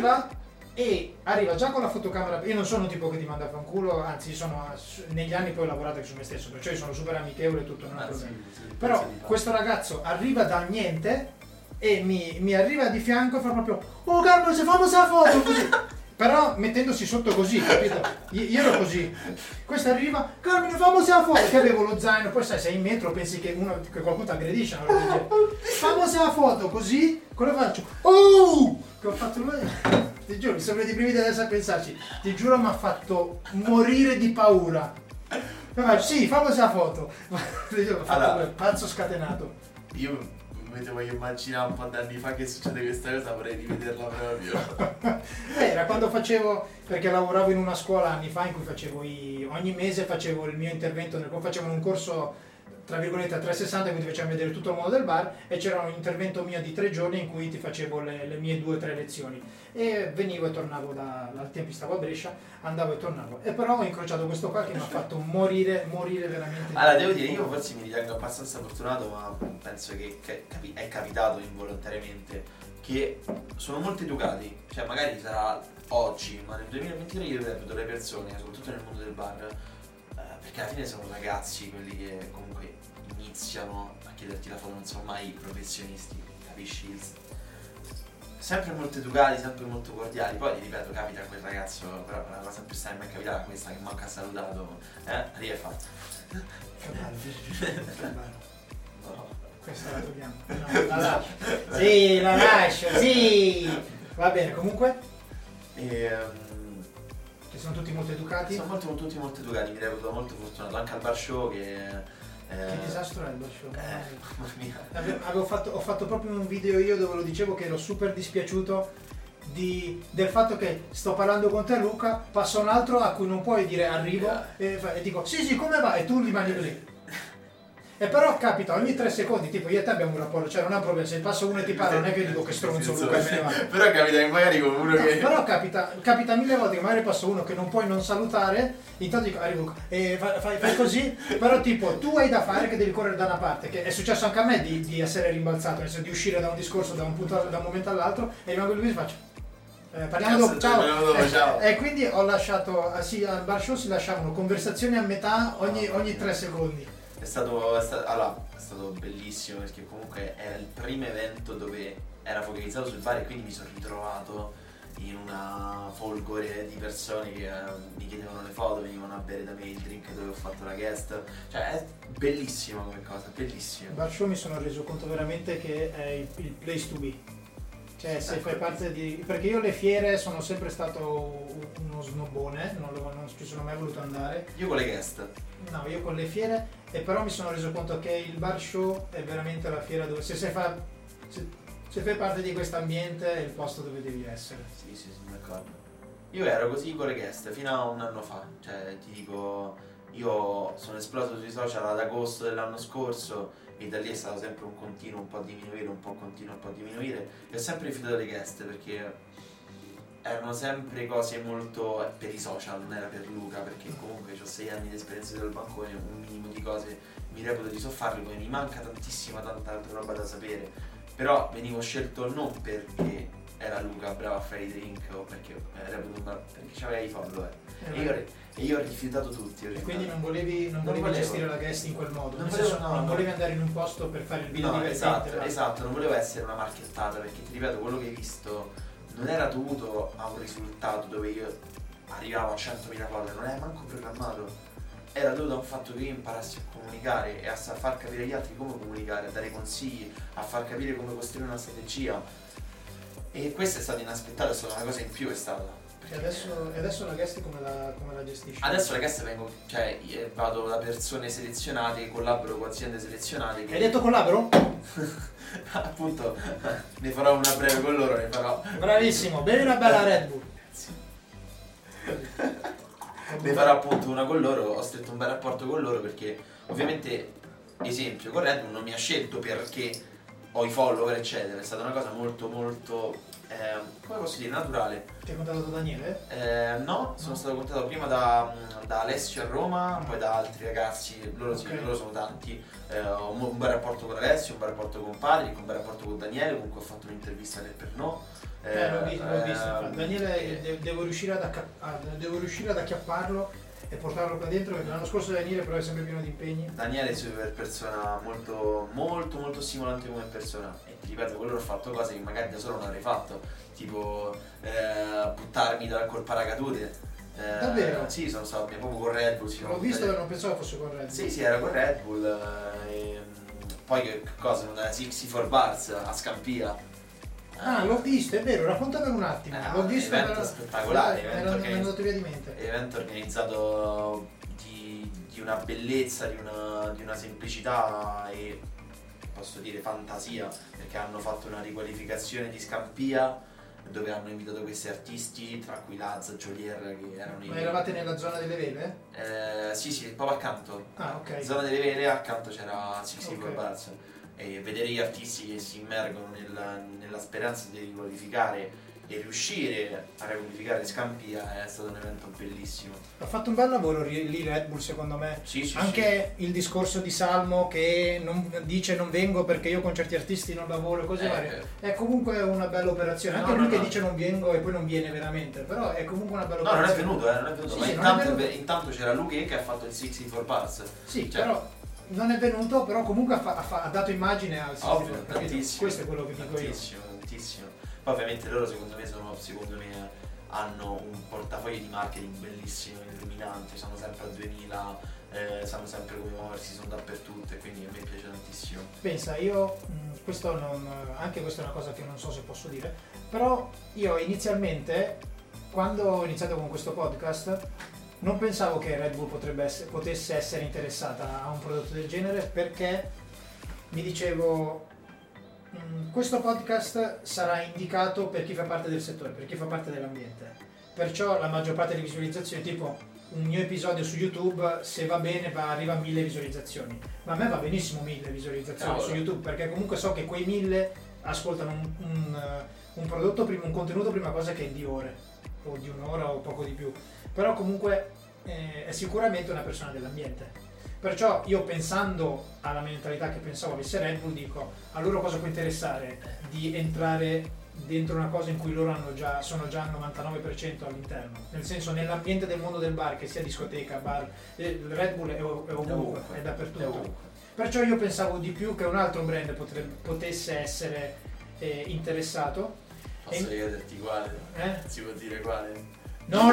arriva già con la fotocamera. Io non sono un tipo che ti manda a fanculo, anzi negli anni poi ho lavorato anche su me stesso, perciò io sono super amichevole e tutto, non è problema. Però questo ragazzo arriva da niente e mi arriva di fianco e fa proprio oh Carlo, se famo la foto così. Però mettendosi sotto così, capito? Io ero così. Questo arriva, Carmine, famosa la foto, che avevo lo zaino, poi sai, sei in metro, pensi che qualcuno ti aggredisce, no? Famosa la foto, così, cosa faccio? Oh! Che ho fatto lui? Ti giuro, mi sono venuti i brividi adesso a pensarci. Ti giuro, mi ha fatto morire di paura. Sì, famosa la foto. Ti giuro, mi ha fatto pazzo scatenato. Io mi voglio immaginare un po' di anni fa che succede questa cosa, vorrei rivederla proprio. Era quando facevo, perché lavoravo in una scuola anni fa in cui ogni mese facevo il mio intervento, facevano un corso tra virgolette a 360 in cui ti facevano vedere tutto il mondo del bar, e c'era un intervento mio di 3 giorni in cui ti facevo le mie 2 o 3 lezioni, e venivo e tornavo al tempi stavo a Brescia, andavo e tornavo, e però ho incrociato questo qua che mi ha fatto morire veramente. Allora devo dire, io forse mi ritengo abbastanza fortunato, ma penso che è capitato involontariamente che sono molto educati, cioè magari sarà oggi, ma nel 2023 io reputo le persone, soprattutto nel mondo del bar, perché alla fine sono ragazzi quelli che comunque iniziano a chiederti la foto, non sono mai professionisti, capisci? Sempre molto educati, sempre molto cordiali. Poi ti ripeto, capita a quel ragazzo, però la cosa più strana mi è capitata questa che manca ha salutato, lì è fatto. Che bello. No. Questa la togliamo. No, la lascio. Sì, la lascio, sì. Va bene, comunque. Che sono tutti molto educati. Sono tutti molto educati, mi reputo molto fortunato. Anche al bar show che disastro è il bar show. Mamma mia. Ho fatto proprio un video io dove lo dicevo che ero super dispiaciuto del fatto che sto parlando con te Luca, passa un altro a cui non puoi dire arrivo e dico sì come va, e tu rimani lì. E però capita ogni 3 secondi, tipo io e te abbiamo un rapporto, cioè non è un problema, se passa uno e ti parla non è che dico che stronzo Luca e me ne vado. Però capita che magari con uno che... Però capita 1000 volte che magari passa uno che non puoi non salutare, intanto dico, Luca, fai così, però tipo tu hai da fare che devi correre da una parte, che è successo anche a me di essere rimbalzato, nel senso di uscire da un discorso da un momento all'altro e rimango lui e faccio... parliamo dopo, ciao. E quindi ho lasciato, al bar show si lasciavano conversazioni a metà ogni 3 secondi. È stato bellissimo perché comunque era il primo evento dove era focalizzato sul bar e quindi mi sono ritrovato in una folgore di persone che mi chiedevano le foto, venivano a bere da me il drink dove ho fatto la guest. Cioè è bellissima come cosa, bellissima. Il bar show mi sono reso conto veramente che è il place to be. Cioè se fai parte di... perché io alle fiere sono sempre stato uno snobbone, non ci sono mai voluto andare. Io con le guest? No, io con le fiere, e però mi sono reso conto che il bar show è veramente la fiera dove... Se fai parte di questo ambiente è il posto dove devi essere. Sì, sono d'accordo. Io ero così con le guest fino a un anno fa, cioè ti dico, io sono esploso sui social ad agosto dell'anno scorso e da lì è stato sempre un continuo, un po' a diminuire, un po' continuo, un po' a diminuire e ho sempre rifiutato le guest perché erano sempre cose molto per i social, non era per Luca, perché comunque ho 6 anni di esperienza del bancone, un minimo di cose mi reputo di so farle, poi mi manca tanta altra roba da sapere, però venivo scelto non perché era Luca bravo a fare i drink o perché c'aveva i follower e io ho rifiutato tutti. E quindi non volevi gestire la guest in quel modo, non volevi andare in un posto per fare il video divertente. Esatto, non volevo essere una marchettata perché ti ripeto, quello che hai visto non era dovuto a un risultato dove io arrivavo a 100.000 follower, non era manco programmato, era dovuto a un fatto che io imparassi a comunicare e a far capire agli altri come comunicare, a dare consigli, a far capire come costruire una strategia. E questo è stato inaspettato, è stata una cosa in più, è stata. E adesso la guest come la gestisci? Adesso la guest vado da persone selezionate, collaboro con aziende selezionate. Hai detto collaboro? Appunto, ne farò una breve con loro, ne farò. Bravissimo, bevi una bella Red Bull. Sì. Ne farò appunto una con loro, ho stretto un bel rapporto con loro perché ovviamente, esempio, con Red Bull non mi ha scelto perché ho i follower eccetera, è stata una cosa molto come posso dire, naturale. Ti hai contattato Daniele? No, sono stato contattato prima da Alessio a Roma, poi da altri ragazzi, loro sono tanti, ho un bel rapporto con Alessio, un bel rapporto con Patrick, un bel rapporto con Daniele, comunque ho fatto un'intervista nel Pernod. L'ho visto. Daniele devo riuscire ad acchiapparlo e portarlo qua dentro, perché l'anno scorso Daniele però è sempre pieno di impegni. Daniele è super persona, molto stimolante come persona e ti ripeto, quello ho fatto cose che magari da solo non avrei fatto, tipo buttarmi col paracadute. Davvero? Sì, sono stato proprio con Red Bull. L'ho visto e non pensavo fosse con Red Bull. Sì, era con Red Bull. Poi che cosa? Non era 64 Bars a Scampia. L'ho visto, è vero, raccontamelo un attimo. L'ho visto, evento spettacolare, è andato via di mente. Evento organizzato di una bellezza, di una semplicità e posso dire fantasia, perché hanno fatto una riqualificazione di Scampia dove hanno invitato questi artisti, tra cui Laz, Jolier, che erano Ma eravate nella zona delle vele? Sì, proprio accanto. Ok. Zona delle vele, accanto c'era 64 Bars. E vedere gli artisti che si immergono nella speranza di riqualificare e riuscire a riqualificare Scampia è stato un evento bellissimo. Ha fatto un bel lavoro lì Red Bull, secondo me. Sì, anche il discorso di Salmo che dice non vengo perché io con certi artisti non lavoro e cose varie. È comunque una bella operazione. Anche lui che dice non vengo e poi non viene veramente, però è comunque una bella operazione. No, non è venuto. Sì, ma intanto c'era Luque che ha fatto il 64 Bars. Sì, però non è venuto, però comunque ha dato immagine al sistema. Tantissimo. Questo è quello che dico io. Tantissimo. Poi ovviamente loro secondo me hanno un portafoglio di marketing bellissimo, illuminante, sono sempre a 2000, sanno sempre come muoversi, sono dappertutto e quindi a me piace tantissimo. Pensa, io anche questa è una cosa che non so se posso dire, però io inizialmente, quando ho iniziato con questo podcast, non pensavo che Red Bull potesse essere interessata a un prodotto del genere, perché mi dicevo questo podcast sarà indicato per chi fa parte del settore, per chi fa parte dell'ambiente, perciò la maggior parte delle visualizzazioni tipo un mio episodio su YouTube, se va bene arriva a 1000 visualizzazioni, ma a me va benissimo 1000 visualizzazioni su YouTube, perché comunque so che quei 1000 ascoltano un prodotto, un contenuto prima cosa che è di ore, o di un'ora o poco di più, però comunque è sicuramente una persona dell'ambiente. Perciò io, pensando alla mentalità che pensavo avesse Red Bull, dico a loro cosa può interessare di entrare dentro una cosa in cui loro sono già al 99% all'interno, nel senso, nell'ambiente del mondo del bar, che sia discoteca, bar, il Red Bull è ovunque, è dappertutto. Perciò io pensavo di più che un altro brand potesse essere interessato. Posso chiederti quale? Si può dire quale? No,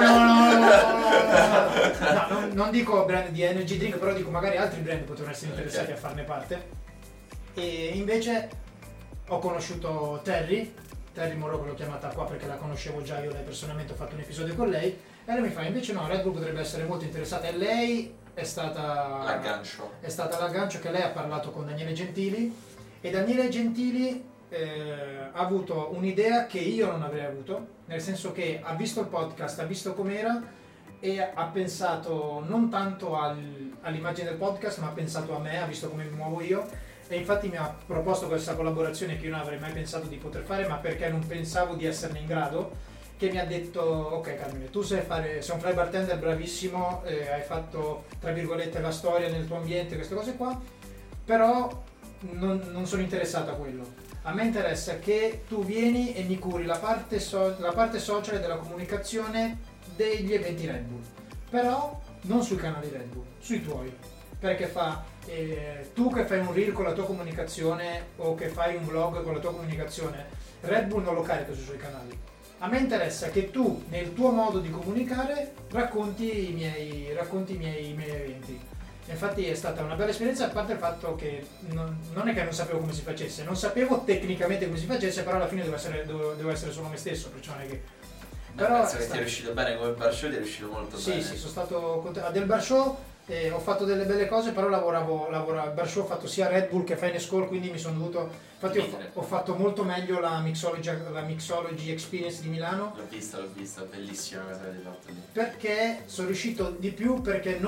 non dico brand di energy drink, però dico magari altri brand potrebbero essere interessati a farne parte. E invece ho conosciuto Terry Morocco, l'ho chiamata qua perché la conoscevo già, io lei personalmente, ho fatto un episodio con lei, e lei mi fa invece no, Red Bull potrebbe essere molto interessata, e lei è stata l'aggancio, che lei ha parlato con Daniele Gentili, e Daniele Gentili ha avuto un'idea che io non avrei avuto, nel senso che ha visto il podcast, ha visto com'era e ha pensato non tanto all'immagine del podcast, ma ha pensato a me, ha visto come mi muovo io, e infatti mi ha proposto questa collaborazione che io non avrei mai pensato di poter fare, ma perché non pensavo di esserne in grado, che mi ha detto ok Carmine, tu sei un fly bartender bravissimo, hai fatto tra virgolette la storia nel tuo ambiente, queste cose qua, però non sono interessato a quello. A me interessa che tu vieni e mi curi la parte social della comunicazione degli eventi Red Bull, però non sui canali Red Bull, sui tuoi, perché tu che fai un reel con la tua comunicazione o che fai un vlog con la tua comunicazione, Red Bull non lo carica sui suoi canali. A me interessa che tu, nel tuo modo di comunicare, racconti i miei eventi. Infatti è stata una bella esperienza, a parte il fatto che non è che non sapevo come si facesse, non sapevo tecnicamente come si facesse, però alla fine devo essere solo me stesso, perciò non è che... Però penso che ti è riuscito bene come bar show, ti è riuscito molto bene. Sì, sono stato contento. Del bar show ho fatto delle belle cose, però lavoravo al bar show, ho fatto sia Red Bull che Fine Score, quindi mi sono dovuto... Infatti ho fatto molto meglio la Mixology Experience di Milano. L'ho vista, bellissima cosa che hai fatto lì. Perché sono riuscito di più, perché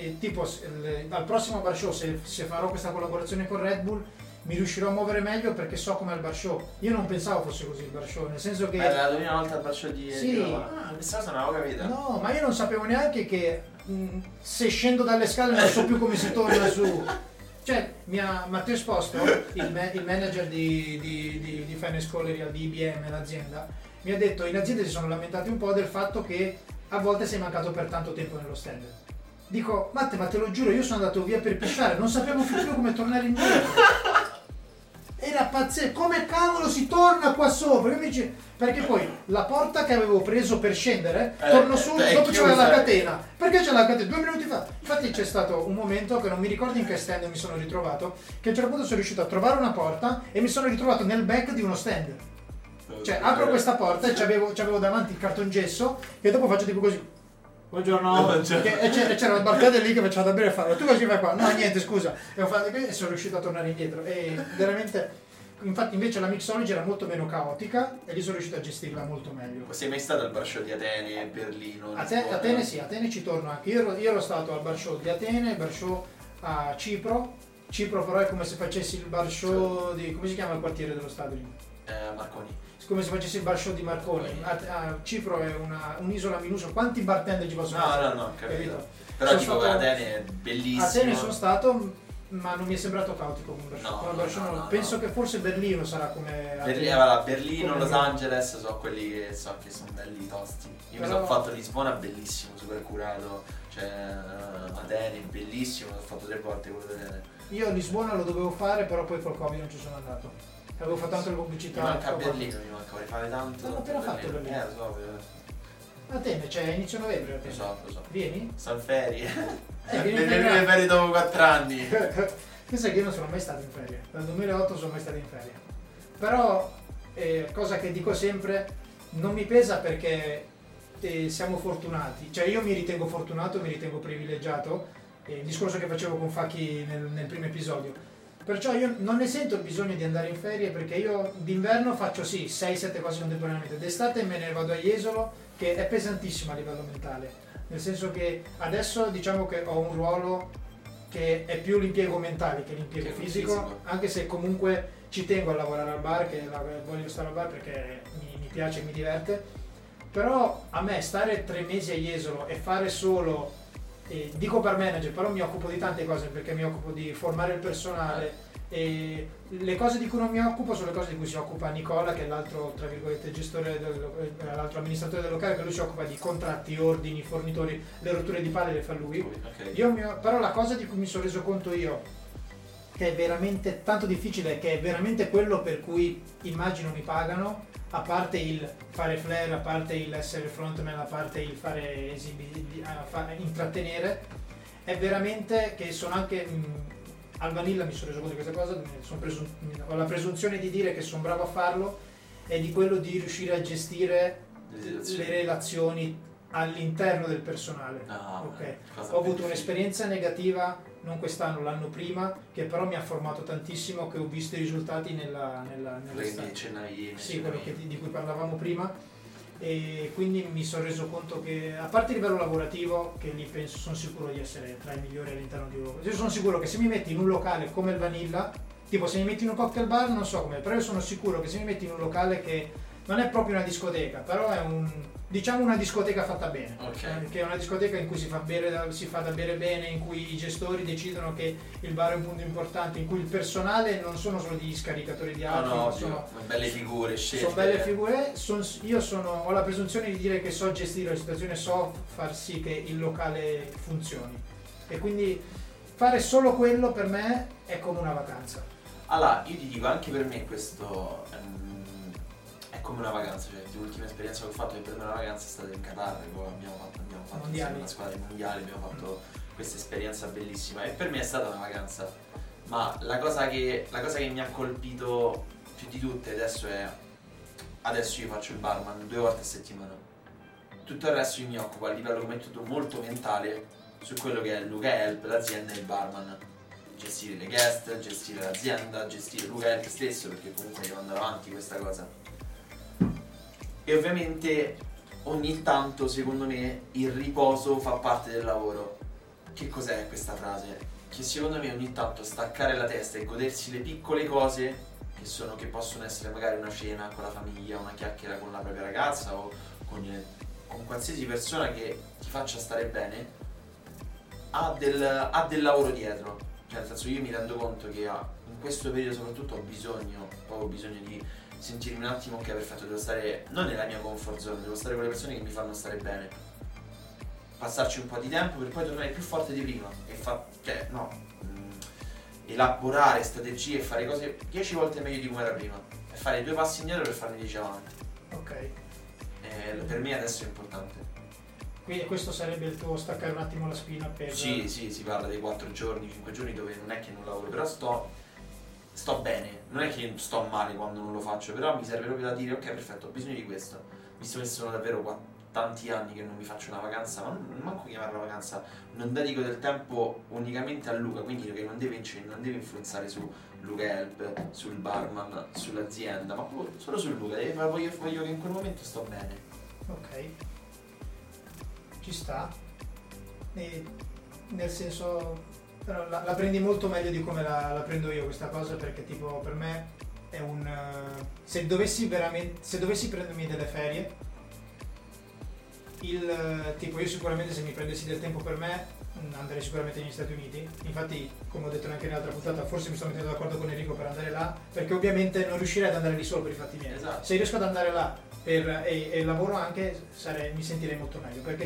al prossimo bar show, se farò questa collaborazione con Red Bull, mi riuscirò a muovere meglio perché so com'è il bar show. Io non pensavo fosse così il bar show, nel senso che... Era la prima volta al bar show di... Sì. Questa cosa non l'avevo capita. No, ma io non sapevo neanche che se scendo dalle scale non so più come si torna su. Cioè, Matteo Esposto, il manager di Fine Scholarly di IBM, l'azienda, mi ha detto: in azienda si sono lamentati un po' del fatto che a volte sei mancato per tanto tempo nello stand. Dico: Matte, ma te lo giuro, io sono andato via per pisciare, non sapevo più come tornare indietro. Era pazzesco, come cavolo si torna qua sopra? Perché poi la porta che avevo preso per scendere, torno su, dopo c'era la catena. Perché c'è la catena? 2 minuti fa. Infatti c'è stato un momento che non mi ricordo in che stand mi sono ritrovato, che a un certo punto sono riuscito a trovare una porta e mi sono ritrovato nel back di uno stand. Cioè apro questa porta e c'avevo davanti il cartongesso e dopo faccio tipo così. Buongiorno. E c'era il bartender lì che faceva da bere e fa: tu cosa fai qua? No, niente, scusa. E ho fatto e sono riuscito a tornare indietro. E veramente, infatti, invece la Mixology era molto meno caotica e lì sono riuscito a gestirla molto meglio. Sei mai stato al bar show di Atene, Berlino? Atene sì, Atene ci torno anche. Io ero stato al bar show di Atene, il bar show a Cipro. Cipro però è come se facessi il bar show di... come si chiama il quartiere dello stadio lì? Marconi. Come se facessi il bar show di Marconi. A Cipro è un'isola minuscola. Quanti bartender ci possono essere? No, capito. Però tipo Atene è bellissimo. Atene sono stato, ma non mi è sembrato caotico come bar show. No. Penso che forse Berlino sarà come Berlino, Los Angeles sono quelli che so che sono belli tosti. Io mi sono fatto Lisbona, bellissimo, super curato. Cioè Atene, bellissimo, l'ho fatto 3 volte quello di Atene. Io a Lisbona lo dovevo fare, però poi col Covid non ci sono andato. Avevo fatto anche la pubblicità. Mi manca Berlino, vorrei fare tanto. Non l'ho appena fatto Berlino. Lo so. Atene, c'è inizio novembre. Lo so. Vieni? Sono ferie. Vieni le ferie dopo 4 anni. Pensa che io non sono mai stato in ferie. Dal 2008 sono mai stato in ferie. Però, cosa che dico sempre, non mi pesa perché siamo fortunati. Cioè io mi ritengo fortunato, mi ritengo privilegiato. Il discorso che facevo con Facchi nel primo episodio. Perciò io non ne sento il bisogno di andare in ferie, perché io d'inverno faccio 6-7 cose contemporaneamente, d'estate me ne vado a Jesolo, che è pesantissimo a livello mentale, nel senso che adesso diciamo che ho un ruolo che è più l'impiego mentale che l'impiego fisico, anche se comunque ci tengo a lavorare al bar, che voglio stare al bar perché mi piace e mi diverte, però a me stare 3 mesi a Jesolo e fare solo, dico bar manager, però mi occupo di tante cose perché mi occupo di formare il personale, e le cose di cui non mi occupo sono le cose di cui si occupa Nicola, che è l'altro tra virgolette gestore, l'altro amministratore del locale, che lui si occupa di contratti, ordini, fornitori, le rotture di palle le fa lui. Però la cosa di cui mi sono reso conto io, che è veramente tanto difficile, che è veramente quello per cui immagino mi pagano, a parte il fare flare, a parte il essere frontman, a parte il fare intrattenere, è veramente che sono anche al Vanilla mi sono reso conto di questa cosa, ho la presunzione di dire che sono bravo a farlo, è di quello di riuscire a gestire le relazioni all'interno del personale. Ho avuto un'esperienza negativa, non quest'anno, l'anno prima, che però mi ha formato tantissimo, che ho visto i risultati nella sì, quello di cui parlavamo prima, e quindi mi sono reso conto che, a parte il livello lavorativo, che lì penso, sono sicuro di essere tra i migliori all'interno di un locale. Io sono sicuro che se mi metti in un locale come il Vanilla, tipo se mi metti in un cocktail bar non so come, però io sono sicuro che se mi metti in un locale che non è proprio una discoteca, però è diciamo una discoteca fatta bene, che è una discoteca in cui si fa da bere bene, in cui i gestori decidono che il bar è un punto importante, in cui il personale non sono solo degli scaricatori di auto, sono belle figure scelte. Sono belle figure, ho la presunzione di dire che so gestire la situazione, so far sì che il locale funzioni, e quindi fare solo quello per me è come una vacanza. Allora, io ti dico, anche per me questo è come una vacanza, cioè l'ultima esperienza che ho fatto, che per me una vacanza è stata in Qatar, poi abbiamo fatto insieme una squadra di mondiali, abbiamo fatto questa esperienza bellissima, e per me è stata una vacanza, ma la cosa che mi ha colpito più di tutte adesso io faccio il barman 2 volte a settimana, tutto il resto io mi occupo a livello, come tutto, molto mentale su quello che è Luca Help, l'azienda e il barman, gestire le guest, gestire l'azienda, gestire Luca Help stesso, perché comunque devo andare avanti questa cosa. E ovviamente ogni tanto, secondo me, il riposo fa parte del lavoro. Che cos'è questa frase? Che secondo me ogni tanto staccare la testa e godersi le piccole cose, che possono essere magari una cena con la famiglia, una chiacchiera con la propria ragazza o con qualsiasi persona che ti faccia stare bene, ha del lavoro dietro. Cioè, nel senso, io mi rendo conto che in questo periodo soprattutto ho bisogno di sentirmi un attimo, ok, perfetto, devo stare non nella mia comfort zone, devo stare con le persone che mi fanno stare bene, passarci un po' di tempo per poi tornare più forte di prima e elaborare strategie e fare cose 10 volte meglio di come era prima, e fare 2 passi indietro per farne 10 avanti. Per me adesso è importante. Quindi questo sarebbe il tuo staccare un attimo la spina per... Sì, si parla dei 4 giorni, 5 giorni dove non è che non lavoro, però sto bene, non è che sto male quando non lo faccio, però mi serve proprio da dire, ok, perfetto, ho bisogno di questo, visto che sono davvero tanti anni che non mi faccio una vacanza, ma non manco chiamarla vacanza, non dedico del tempo unicamente a Luca, quindi che non deve influenzare su Luca Help, sul barman, sull'azienda, ma solo su Luca, voglio che in quel momento sto bene. Ok, ci sta, e nel senso... Però la prendi molto meglio di come la prendo io questa cosa, perché tipo per me è se dovessi prendermi delle ferie, tipo io sicuramente, se mi prendessi del tempo per me, andrei sicuramente negli Stati Uniti. Infatti, come ho detto anche nell'altra puntata, forse mi sto mettendo d'accordo con Enrico per andare là, perché ovviamente non riuscirei ad andare lì solo per i fatti miei. Esatto. Se riesco ad andare là e lavoro anche, mi sentirei molto meglio, perché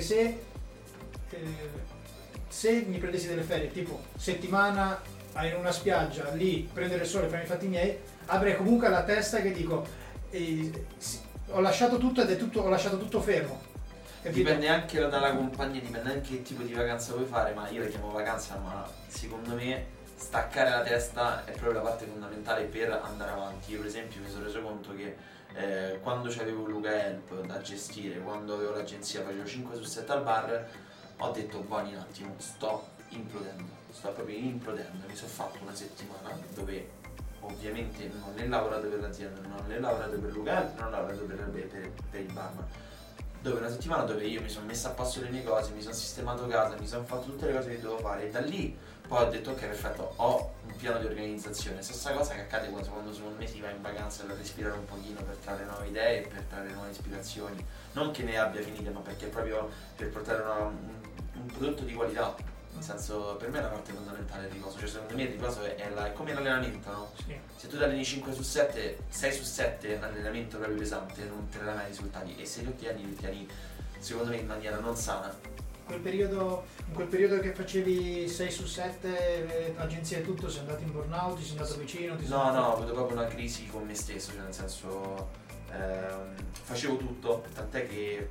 se mi prendessi delle ferie tipo settimana in una spiaggia lì, prendere il sole, fare i fatti miei, avrei comunque la testa che dico ho lasciato tutto ho lasciato tutto fermo. Dipende anche dalla compagnia, dipende anche che tipo di vacanza vuoi fare, ma io la chiamo vacanza, ma secondo me staccare la testa è proprio la parte fondamentale per andare avanti. Io per esempio mi sono reso conto che quando c'avevo Luca Help da gestire, quando avevo l'agenzia, facevo 5 su 7 al bar, ho detto buoni un attimo, sto proprio implodendo. Mi sono fatto una settimana dove ovviamente non ho lavorato per l'azienda, non ho lavorato per Luca Help, non ho lavorato per il barman, dove una settimana dove io mi sono messo a posto le mie cose, mi sono sistemato casa, mi sono fatto tutte le cose che dovevo fare, e da lì poi ho detto ok, perfetto, ho un piano di organizzazione. Stessa cosa che accade quando su un mese si va in vacanza per respirare un pochino, per trarre nuove idee, per trarre nuove ispirazioni, non che ne abbia finite, ma perché proprio per portare un prodotto di qualità. Nel senso, per me è una parte fondamentale il riposo, cioè secondo me il riposo è come l'allenamento, no? Sì. Se tu ti alleni 5 su 7, 6 su 7 è un allenamento proprio pesante, non te ne dai mai risultati, e se li ottieni secondo me in maniera non sana. In quel periodo che facevi 6 su 7 agenzie e tutto, sei andato in burnout, ti sei andato vicino? No, ho avuto proprio una crisi con me stesso, cioè nel senso facevo tutto, tant'è che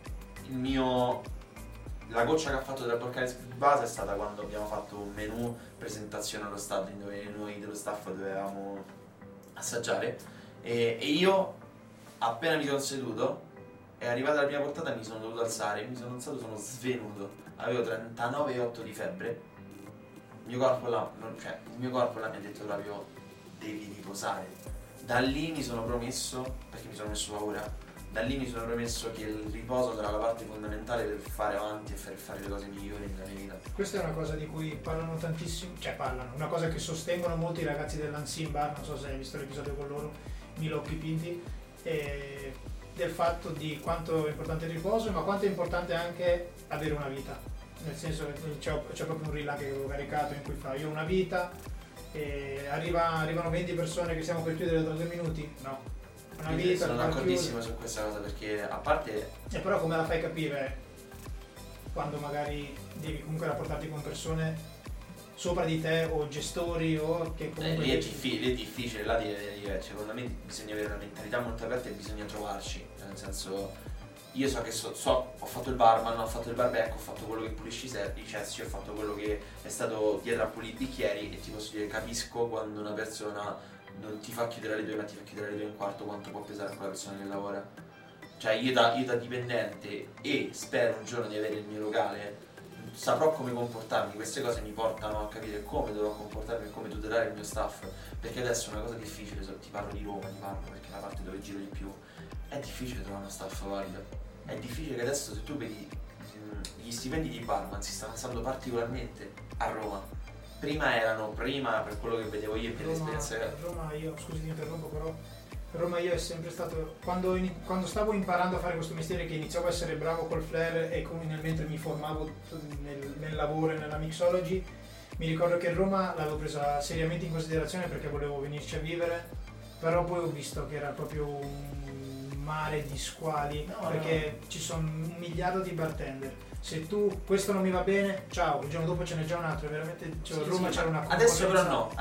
la goccia che ha fatto della Balcani base è stata quando abbiamo fatto un menù presentazione allo staff, dove noi dello staff dovevamo assaggiare, e io appena mi sono seduto è arrivata la prima portata, mi sono dovuto alzare, mi sono alzato, sono svenuto, avevo 39,8 di febbre, il mio corpo là mi ha detto proprio devi riposare. Da lì mi sono promesso, perché mi sono messo paura, da lì mi sono promesso che il riposo sarà la parte fondamentale per fare avanti e per fare le cose migliori nella mia vita. Questa è una cosa di cui parlano tantissimo, una cosa che sostengono molti ragazzi dell'Unseen Bar, non so se hai visto l'episodio con loro, Milocchi Pinti, del fatto di quanto è importante il riposo, ma quanto è importante anche avere una vita. Nel senso che c'è proprio un reel che avevo caricato in cui fa io ho una vita, e arrivano 20 persone che siamo per chiudere da 2 minuti, no. Una vita, sono d'accordissimo su questa cosa, perché a parte... però come la fai capire quando magari devi comunque rapportarti con persone sopra di te o gestori o che comunque... lì è difficile, là secondo me bisogna avere una mentalità molto aperta e bisogna trovarci, nel senso io so che ho fatto il barman, ho fatto il barback, ho fatto quello che pulisce i cessi, ho fatto quello che è stato dietro a pulire i bicchieri, e ti posso dire, capisco quando una persona non ti fa chiudere alle 2 ma ti fa chiudere alle 2 e un quarto, quanto può pesare a quella persona che lavora. Cioè io da dipendente, e spero un giorno di avere il mio locale, saprò come comportarmi. Queste cose mi portano a capire come dovrò comportarmi e come tutelare il mio staff, perché adesso è una cosa difficile, ti parlo di Roma, perché è la parte dove giro di più, è difficile trovare uno staff valido, è difficile che adesso, se tu vedi gli stipendi di barman si stanno alzando particolarmente a Roma. Prima per quello che vedevo io e per l'esperienza. Roma io, scusi ti interrompo, però Roma io è sempre stato, quando stavo imparando a fare questo mestiere, che iniziavo a essere bravo col flare e mentre mi formavo nel lavoro e nella mixology, mi ricordo che Roma l'avevo presa seriamente in considerazione perché volevo venirci a vivere, però poi ho visto che era proprio un mare di squali, perché ci sono 1 miliardo di bartender. Se questo non mi va bene, ciao, il giorno dopo ce n'è già un altro, veramente Roma c'era una concorrenza. Adesso però no,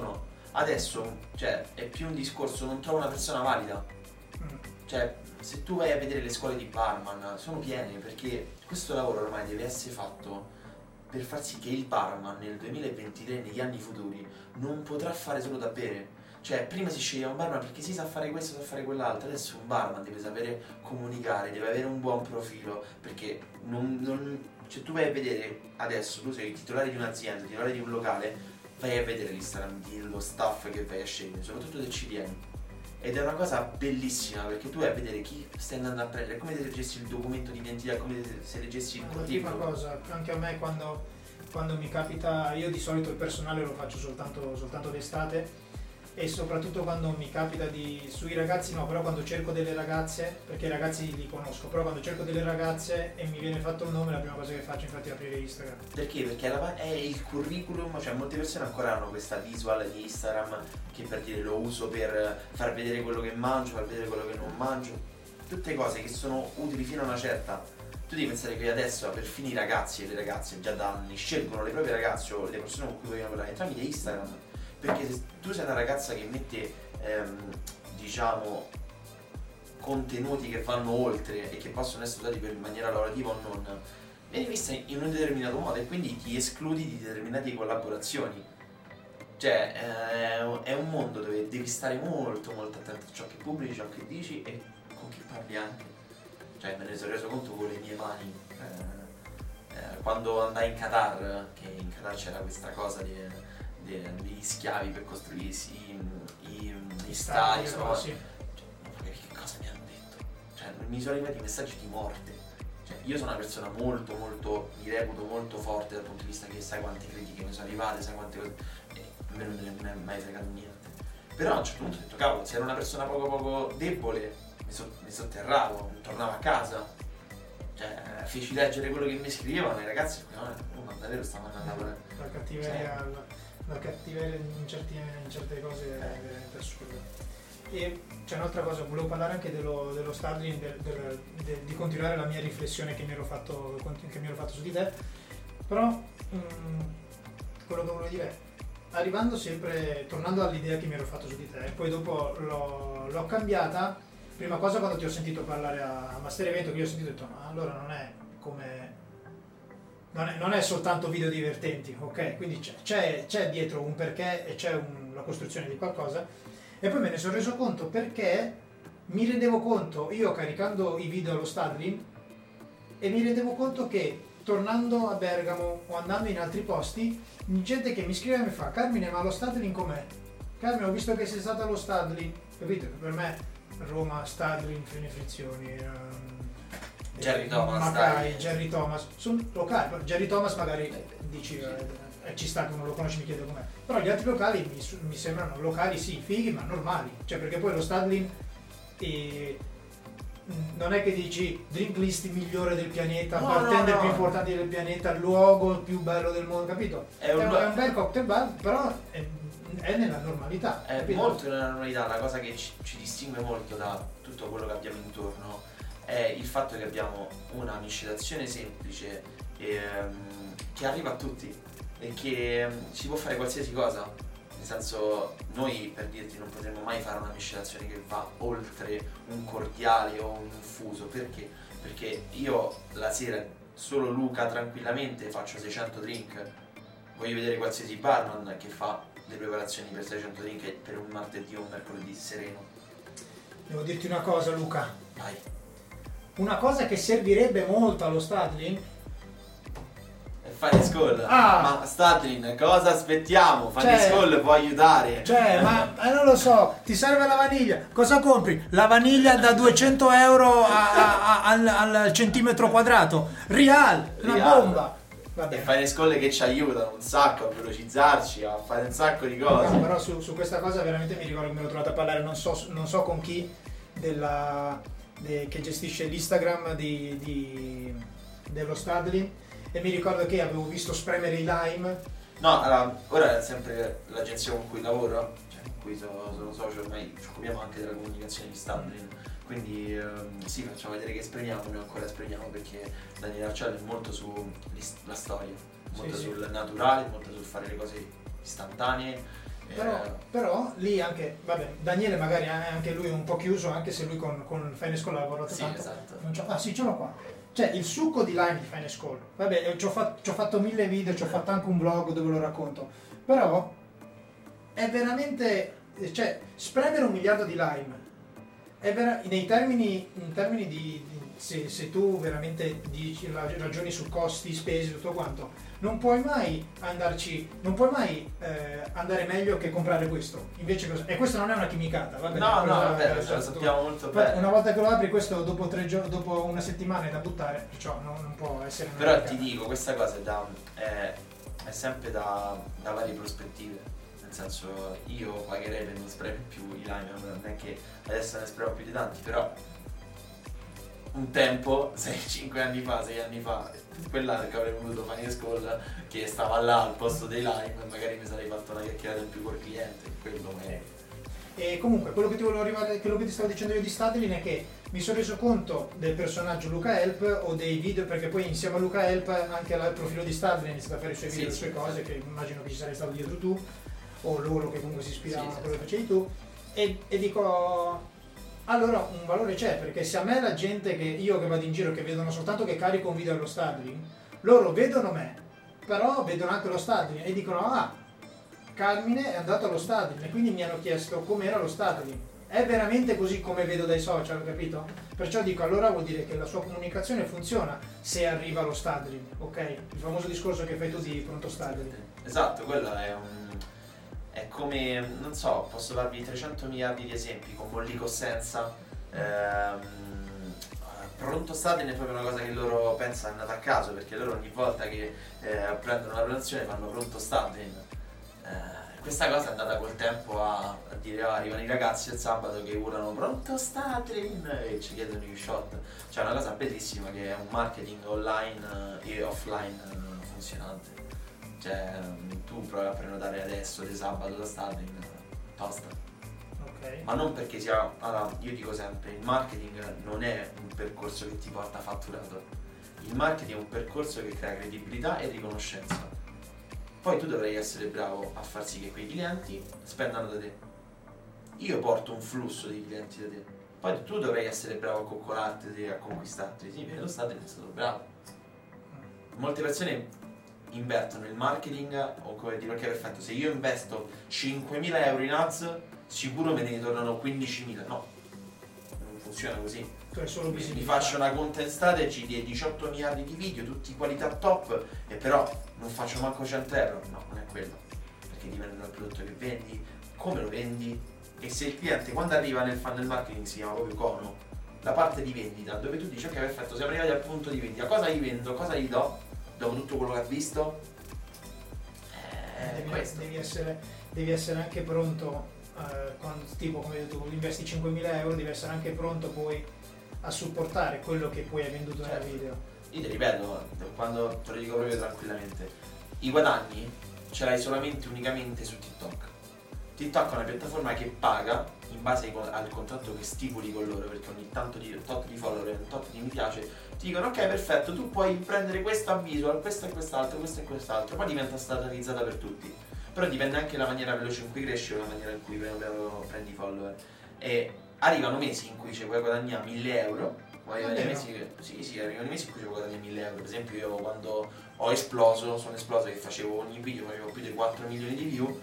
adesso cioè è più un discorso, non trovo una persona valida. Cioè, se tu vai a vedere le scuole di barman, sono piene, perché questo lavoro ormai deve essere fatto per far sì che il barman nel 2023, negli anni futuri, non potrà fare solo da bere. Cioè, prima si sceglieva un barman perché si sa fare questo, sa fare quell'altro. Adesso un barman deve sapere comunicare, deve avere un buon profilo, perché cioè, tu vai a vedere adesso, tu sei il titolare di un'azienda, il titolare di un locale, vai a vedere l'Instagram dello staff che vai a scegliere, soprattutto del CDM. Ed è una cosa bellissima, perché tu vai a vedere chi stai andando a prendere, come se leggessi il documento di identità, come se leggessi il curriculum. Una cosa, anche a me quando mi capita, io di solito il personale lo faccio soltanto d'estate, e soprattutto quando mi capita sui ragazzi no, però quando cerco delle ragazze, perché i ragazzi li conosco, però quando cerco delle ragazze e mi viene fatto un nome, la prima cosa che faccio infatti è aprire Instagram. Perché? Perché è il curriculum, cioè molte persone ancora hanno questa visual di Instagram che, per dire, lo uso per far vedere quello che mangio, far vedere quello che non mangio, tutte cose che sono utili fino a una certa. Tu devi pensare che adesso perfino i ragazzi e le ragazze già da anni scelgono le proprie ragazze o le persone con cui vogliono parlare tramite Instagram. Perché se tu sei una ragazza che mette, diciamo, contenuti che vanno oltre e che possono essere usati in maniera lavorativa o non, vieni vista in un determinato modo e quindi ti escludi di determinate collaborazioni. Cioè, è un mondo dove devi stare molto attento a ciò che pubblici, ciò che dici e con chi parli anche. Cioè, me ne sono reso conto con le mie mani. Quando andai in Qatar, che in Qatar c'era questa cosa degli schiavi per costruirsi i stadi, sì. Che cosa mi hanno detto? Cioè, mi sono arrivati messaggi di morte. Cioè, io sono una persona molto, mi reputo molto forte dal punto di vista che sai quante critiche mi sono arrivate, sai quante cose, e a me non me ne è mai fregato niente. Però a un certo punto ho detto, cavolo, se ero una persona poco debole, mi sotterravo, tornavo a casa, cioè feci leggere quello che mi scrivevano i ragazzi, ma davvero stavano andando la cattiveria in certe cose è veramente assurda. E c'è un'altra cosa, volevo parlare anche dello Starlink, di continuare la mia riflessione che mi ero fatto su di te, però quello che volevo dire, tornando all'idea che mi ero fatto su di te, poi dopo l'ho cambiata. Prima cosa, quando ti ho sentito parlare a Master Evento, che io ho sentito, ho detto, ma allora non è soltanto video divertenti, ok? Quindi c'è dietro un perché e c'è la costruzione di qualcosa. E poi me ne sono reso conto perché mi rendevo conto, io caricando i video allo Stadlin, e mi rendevo conto che tornando a Bergamo o andando in altri posti, gente che mi scrive e mi fa, Carmine, ma lo Stadlin com'è? Carmine, ho visto che sei stato allo Stadlin, capito? Per me Roma, Stadlin, Fine Frizioni, Jerry Thomas, Macai, Jerry Thomas, sono locali. Jerry Thomas magari dici ci sta che uno lo conosce, mi chiede com'è, però gli altri locali mi sembrano locali sì, fighi, ma normali, cioè perché poi lo Stadlin non è che dici drink list migliore del pianeta, bartender più importante del pianeta, luogo più bello del mondo, capito? È un bel cocktail bar, però è nella normalità. È molto nella normalità. La cosa che ci distingue molto da tutto quello che abbiamo intorno è il fatto che abbiamo una miscelazione semplice che arriva a tutti e che si può fare qualsiasi cosa. Nel senso, noi, per dirti, non potremmo mai fare una miscelazione che va oltre un cordiale o un infuso. Perché? Perché io la sera, solo Luca, tranquillamente faccio 600 drink. Voglio vedere qualsiasi barman che fa le preparazioni per 600 drink per un martedì o un mercoledì sereno. Devo dirti una cosa, Luca. Vai. Una cosa che servirebbe molto allo Stadlin è Fine Skull. Ma Stadlin, cosa aspettiamo? Fine Skull può aiutare. Ma non lo so, ti serve la vaniglia. Cosa compri? La vaniglia da 200 euro al centimetro quadrato. Real, una bomba. Vabbè. E Fine Skull che ci aiutano un sacco a velocizzarci, a fare un sacco di cose. No, però su questa cosa veramente mi ricordo che me l'ho trovato a parlare, non so con chi, che gestisce l'Instagram dello Stadlin, e mi ricordo che avevo visto spremere i lime. No, allora, ora è sempre l'agenzia con cui lavoro, cioè con cui sono socio, ormai ci occupiamo anche della comunicazione di Stadlin, quindi sì, facciamo vedere che spremiamo, noi ancora spremiamo perché Daniele Arcello è molto sulla storia, molto sul naturale, molto sul fare le cose istantanee. Però lì anche, vabbè, Daniele magari anche lui è un po' chiuso, anche se lui con Fine Skull ha lavorato tanto. Esatto. Sì, ce l'ho qua. Cioè il succo di lime di Fine Skull. Vabbè, ci ho fatto 1000 video, ci ho fatto anche un blog dove lo racconto. Però è veramente, cioè, spremere 1 miliardo di lime in termini di se tu veramente ragioni su costi, spese, tutto quanto, non puoi mai andare meglio che comprare questo. Invece e questa non è una chimicata, vabbè. Vabbè, ce lo sappiamo molto bene. Una volta che lo apri, questo dopo una settimana è da buttare, perciò non può essere una Però chimicata. ti dico, questa cosa è sempre da varie prospettive. Nel senso, io pagherei per non spremere più i lime, non è che adesso ne spremo più di tanti, però un tempo, 6 anni fa, quella che avrei voluto Fine Skull, che stava là al posto dei lime, magari mi sarei fatto una chiacchierata in più col cliente, quello è. E comunque quello che ti stavo dicendo io di Stadlin è che mi sono reso conto del personaggio Luca Help o dei video, perché poi insieme a Luca Help anche al profilo di Stadlin ha iniziato a fare i suoi video, le sue cose, che immagino che ci sarei stato dietro tu o loro che comunque si ispiravano a quello che facevi tu, e dico, allora un valore c'è, perché se a me la gente che vado in giro, che vedono soltanto che carico un video allo Stadlin, loro vedono me, però vedono anche lo Stadlin e dicono Carmine è andato allo Stadlin, e quindi mi hanno chiesto com'era lo Stadlin. È veramente così come vedo dai social, capito? Perciò dico, allora vuol dire che la sua comunicazione funziona se arriva allo Stadlin, ok? Il famoso discorso che fai tu di Pronto Stadlin. Esatto, quello è come, non so, posso darvi 300 miliardi di esempi, con Mollico Senza, pronto staten è proprio una cosa che loro pensano è nata a caso, perché loro ogni volta che prendono una prenotazione fanno pronto staten. Questa cosa è andata col tempo a dire arrivano i ragazzi al sabato che urlano pronto staten e ci chiedono gli shot. Cioè è una cosa bellissima che è un marketing online e offline funzionante. Cioè tu provi a prenotare adesso di sabato da staten, basta. Okay. Ma non perché sia... Allora, io dico sempre, il marketing non è un percorso che ti porta fatturato. Il marketing è un percorso che crea credibilità e riconoscenza. Poi tu dovrai essere bravo a far sì che quei clienti spendano da te. Io porto un flusso di clienti da te. Poi tu dovrai essere bravo a coccolarti, a conquistarti. Sì, lo stato è stato bravo. Molte persone invertono il marketing o come dire, ok, perfetto, se io investo 5.000 euro in ads, sicuro me ne ritornano 15.000. No, non funziona così. Mi faccio una content strategy di 18 miliardi di video, tutti qualità top, e però non faccio manco 100 euro. No, non è quello. Perché dipende dal prodotto che vendi, come lo vendi, e se il cliente quando arriva nel funnel marketing si chiama proprio cono, la parte di vendita, dove tu dici ok perfetto, siamo arrivati al punto di vendita, cosa gli vendo, cosa gli do, dopo tutto quello che ha visto? Devi essere anche pronto, quando, tipo come tu investi 5.000 euro, devi essere anche pronto poi a supportare quello che poi hai venduto nel video. Io ti ripeto, quando te lo dico proprio tranquillamente, i guadagni ce l'hai solamente unicamente su TikTok. TikTok è una piattaforma che paga in base al contratto che stipuli con loro, perché ogni tanto di tot di follower, un tot di mi piace, ti dicono ok perfetto, tu puoi prendere questa visual, questo e quest'altro, questo e quest'altro, poi diventa standardizzata per tutti. Però dipende anche dalla maniera veloce in cui cresci o la maniera in cui prendi i follower. E arrivano mesi in cui ci puoi guadagnare 1.000 euro, arrivano mesi in cui ci puoi guadagnare 1.000 euro. Per esempio io quando sono esploso che facevo ogni video, facevo più di 4 milioni di view,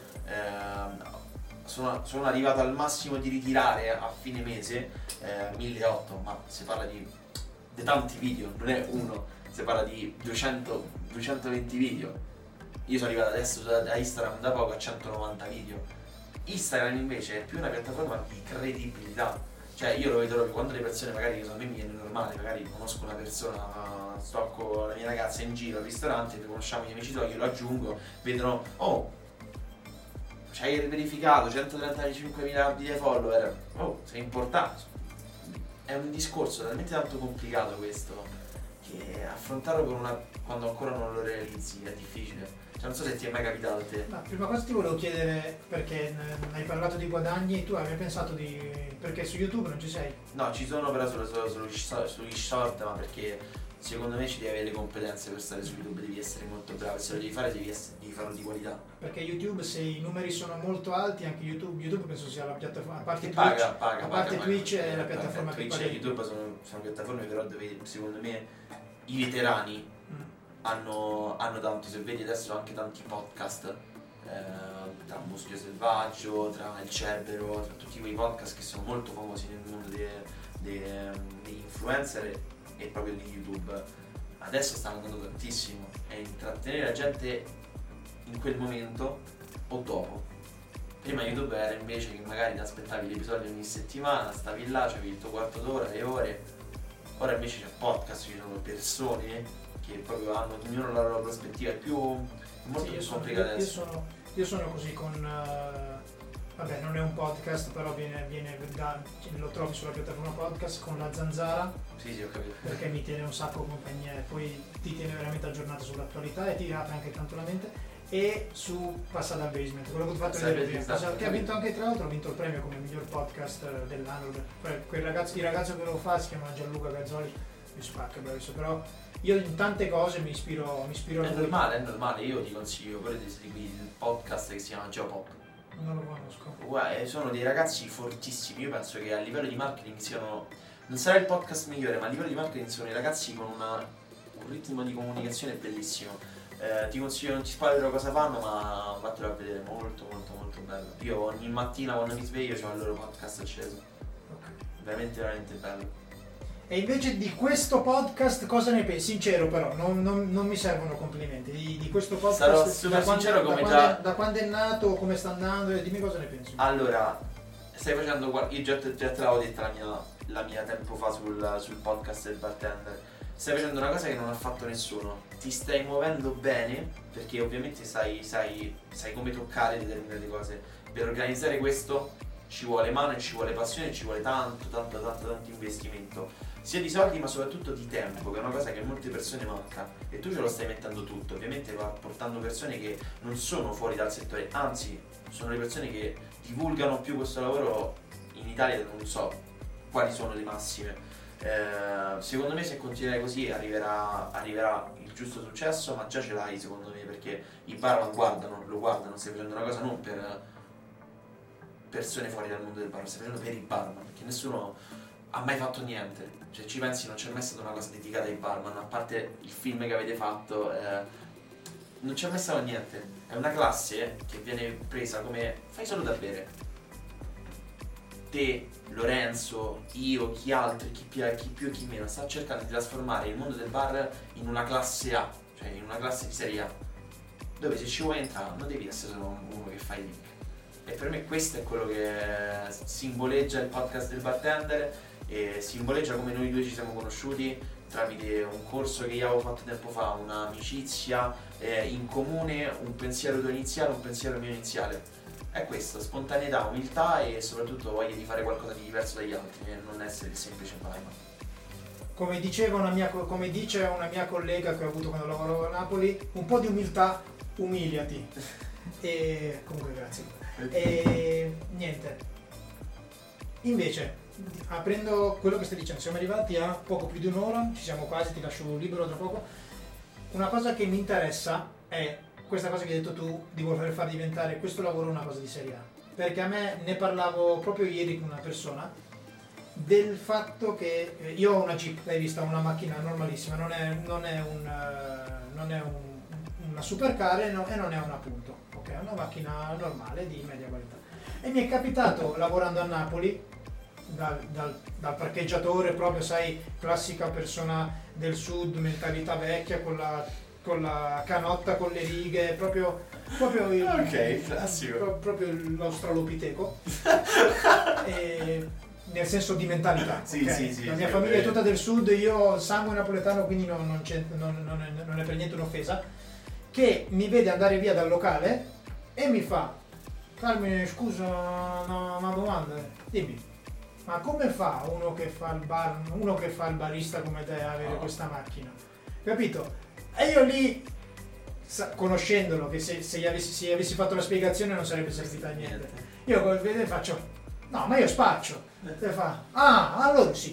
sono arrivato al massimo di ritirare a fine mese 1.800, ma si parla di tanti video, non è uno, si parla di 220 video. Io sono arrivato adesso da Instagram da poco a 190 video. Instagram invece è più una piattaforma di credibilità. Cioè io lo vedo proprio quando le persone magari, a me mi viene normale, magari conosco una persona, sto con la mia ragazza in giro al ristorante, conosciamo gli amici tuoi, io lo aggiungo, vedono, oh, ci hai verificato 135.000 di follower, oh, sei importante. È un discorso talmente tanto complicato questo, che affrontarlo quando ancora non lo realizzi è difficile. Cioè, non so se ti è mai capitato a te. Ma prima cosa ti volevo chiedere, perché hai parlato di guadagni, tu avevi pensato perché su YouTube non ci sei? No, ci sono però sugli short, ma perché secondo me ci devi avere le competenze per stare su YouTube, devi essere molto bravo, e se lo devi fare devi farlo di qualità. Perché YouTube, se i numeri sono molto alti, anche YouTube penso sia la piattaforma, a parte Twitch è la piattaforma che Twitch e YouTube sono piattaforme però dove secondo me i veterani hanno tanto, se vedi adesso anche tanti podcast, tra Muschio Selvaggio, tra Il Cerbero, tra tutti quei podcast che sono molto famosi nel mondo degli influencer e proprio di YouTube, adesso stanno andando tantissimo, e intrattenere la gente in quel momento o dopo. Prima YouTube era invece che magari ti aspettavi l'episodio ogni settimana, stavi là, c'avevi il tuo quarto d'ora, le ore. Ora invece c'è podcast, ci sono persone che proprio hanno ognuno la loro prospettiva, è molto più complicato adesso. Io sono così con vabbè, non è un podcast, però lo trovi sulla piattaforma podcast con La Zanzara. Sì, ho capito. Perché mi tiene un sacco compagnia e poi ti tiene veramente aggiornato sull'attualità e ti apre anche tanto la mente. E su Passa dal Basement, quello che ho fatto vedere prima, che ha vinto anche, tra l'altro ha vinto il premio come miglior podcast dell'anno. Il ragazzo che lo fa si chiama Gianluca Gazzoli, mi spacca, bravissimo. Però io in tante cose mi ispiro a lui. È normale, io ti consiglio pure di seguire il podcast che si chiama Geopop. Non lo conosco. Sono dei ragazzi fortissimi, io penso che a livello di marketing non sarà il podcast migliore, ma a livello di marketing sono dei ragazzi con un ritmo di comunicazione bellissimo. Ti consiglio, non ti spoilerò cosa fanno, ma vattelo a vedere, molto molto molto bello. Io ogni mattina quando mi sveglio c'ho il loro podcast acceso. Okay. Veramente veramente bello. E invece di questo podcast cosa ne pensi? Sincero però, non mi servono complimenti. Di questo podcast sarò super sincero da quando è nato, come sta andando, dimmi cosa ne pensi. Allora, stai facendo, io già te l'avevo detta la mia tempo fa sul podcast del bartender. Stai facendo una cosa che non ha fatto nessuno, ti stai muovendo bene perché ovviamente sai come toccare determinate cose. Per organizzare questo ci vuole mano e ci vuole passione e ci vuole tanto investimento, sia di soldi ma soprattutto di tempo, che è una cosa che a molte persone manca, e tu ce lo stai mettendo tutto, ovviamente portando persone che non sono fuori dal settore, anzi sono le persone che divulgano più questo lavoro in Italia, non so quali sono le massime. Secondo me se continuerai così arriverà il giusto successo, ma già ce l'hai secondo me, perché i bar lo guardano, stai facendo una cosa non per persone fuori dal mondo del bar, stai facendo per i barman, perché nessuno ha mai fatto niente, cioè ci pensi, non c'è mai stata una cosa dedicata ai barman, a parte il film che avete fatto, non c'è mai stato niente, è una classe che viene presa come fai solo da bere. Te, Lorenzo, io, chi altri, chi più e chi meno sta cercando di trasformare il mondo del bar in una classe A, cioè in una classe di serie A, dove se ci vuoi entrare non devi essere solo uno che fa i link. E per me questo è quello che simboleggia il podcast del bartender, e simboleggia come noi due ci siamo conosciuti tramite un corso che io avevo fatto tempo fa, un'amicizia in comune, un pensiero tuo iniziale, un pensiero mio iniziale. È questo, spontaneità, umiltà e soprattutto voglia di fare qualcosa di diverso dagli altri e non essere il semplice barman. Come dice una mia collega che ho avuto quando lavoravo a Napoli, un po' di umiltà, umiliati. E comunque grazie. E niente. Invece, aprendo quello che stai dicendo, siamo arrivati a poco più di un'ora, ci siamo quasi, ti lascio libero tra poco. Una cosa che mi interessa è questa cosa che hai detto tu, di voler far diventare questo lavoro una cosa di serie A. Perché a me ne parlavo proprio ieri con una persona del fatto che io ho una Jeep, l'hai vista, una macchina normalissima, non è una supercar e non è una punto, ok? È una macchina normale di media qualità. E mi è capitato lavorando a Napoli dal parcheggiatore, proprio sai, classica persona del sud, mentalità vecchia, con la canotta con le righe, proprio classico. proprio l'australopiteco. Nel senso di mentalità. Sì, okay? sì, la mia famiglia è tutta del sud, io ho sangue napoletano, quindi non è per niente un'offesa, che mi vede andare via dal locale e mi fa: Carmine, scusa, una domanda, dimmi, ma come fa uno che fa il barista come te a avere questa macchina? Capito? E io lì, conoscendolo, che se avessi fatto la spiegazione non sarebbe servita a niente. Io col vedere faccio: no, ma io spaccio. E fa: allora sì.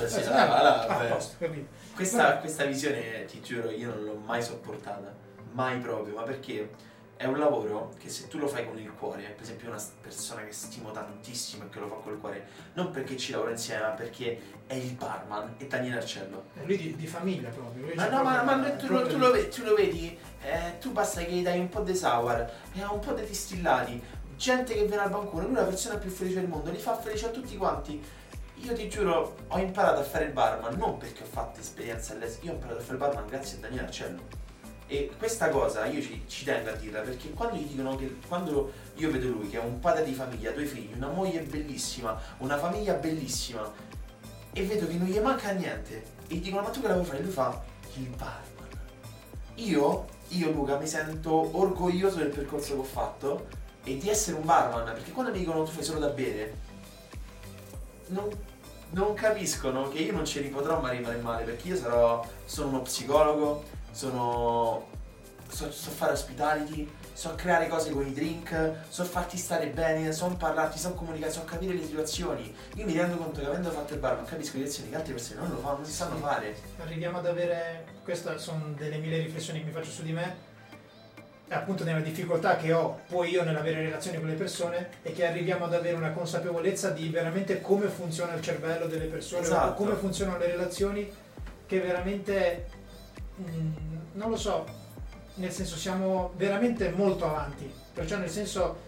Questa visione, ti giuro, io non l'ho mai sopportata, mai proprio, ma perché è un lavoro che se tu lo fai con il cuore, per esempio una persona che stimo tantissimo e che lo fa col cuore, non perché ci lavora insieme, ma perché è il barman, è Daniele Arcello. Lui di famiglia proprio. Ma tu lo vedi, tu basta che gli dai un po' di sour, un po' di distillati, gente che viene al bancone, lui è la persona più felice del mondo, li fa felice a tutti quanti. Io ti giuro, ho imparato a fare il barman non perché ho fatto esperienza all'estero, io ho imparato a fare il barman grazie a Daniele Arcello. E questa cosa io ci tengo a dirla, perché quando gli dicono quando io vedo lui che è un padre di famiglia, 2 figli, una moglie bellissima, una famiglia bellissima, e vedo che non gli manca niente, e gli dicono: ma tu che lavori fai? E lui fa: il barman. Io Luca mi sento orgoglioso del percorso che ho fatto e di essere un barman, perché quando mi dicono tu fai solo da bere, non capiscono che io non ce li potrò mai rimanere male, perché io sono uno psicologo, so fare hospitality, so creare cose con i drink, so farti stare bene, so parlarti, so comunicare, so capire le situazioni. Io mi rendo conto che avendo fatto il barman capisco le lezioni che altre persone non lo fanno, non si sanno fare. Arriviamo ad avere, queste sono delle 1000 riflessioni che mi faccio su di me, e appunto nella difficoltà che ho poi io nell'avere relazioni con le persone, e che arriviamo ad avere una consapevolezza di veramente come funziona il cervello delle persone, esatto, o come funzionano le relazioni, che veramente non lo so, nel senso siamo veramente molto avanti, perciò nel senso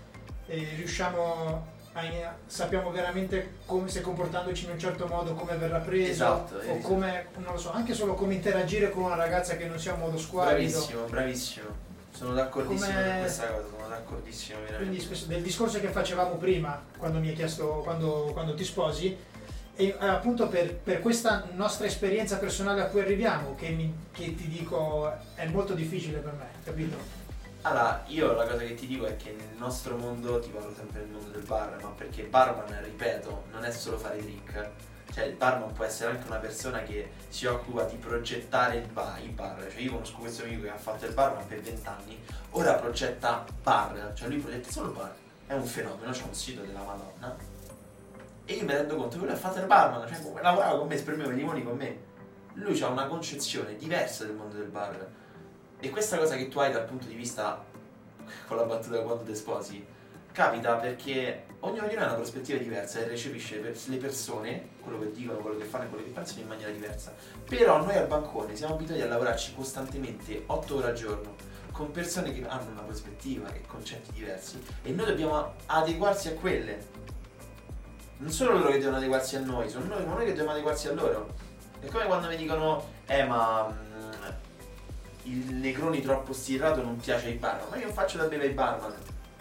sappiamo veramente come, se comportandoci in un certo modo, come verrà preso, esatto, o come, non lo so, anche solo come interagire con una ragazza che non sia un modo squallido. Bravissimo. Sono d'accordissimo con questa cosa, sono d'accordissimo veramente. Quindi del discorso che facevamo prima, quando mi hai chiesto quando ti sposi, E appunto per questa nostra esperienza personale a cui arriviamo, che ti dico è molto difficile per me, capito? Allora, io la cosa che ti dico è che nel nostro mondo, ti parlo sempre del mondo del bar, ma perché barman, ripeto, non è solo fare drink. Cioè il barman può essere anche una persona che si occupa di progettare i bar. Cioè io conosco questo amico che ha fatto il barman per 20 anni, ora progetta bar, cioè lui progetta solo bar. È un fenomeno, c'è un sito della Madonna. E io mi rendo conto che lui ha fatto il barman, cioè lavorava con me, esprimeva i limoni con me. Lui ha una concezione diversa del mondo del bar. E questa cosa che tu hai dal punto di vista, con la battuta quando ti sposi, capita perché ognuno di noi ha una prospettiva diversa e recepisce le persone, quello che dicono, quello che fanno e quello che pensano in maniera diversa. Però noi al bancone siamo abituati a lavorarci costantemente 8 ore al giorno con persone che hanno una prospettiva e concetti diversi e noi dobbiamo adeguarsi a quelle. Non sono loro che devono adeguarsi a noi, sono noi che dobbiamo adeguarsi a loro. È come quando mi dicono ma il Negroni troppo stirato non piace ai barman, ma io non faccio da bere ai barman.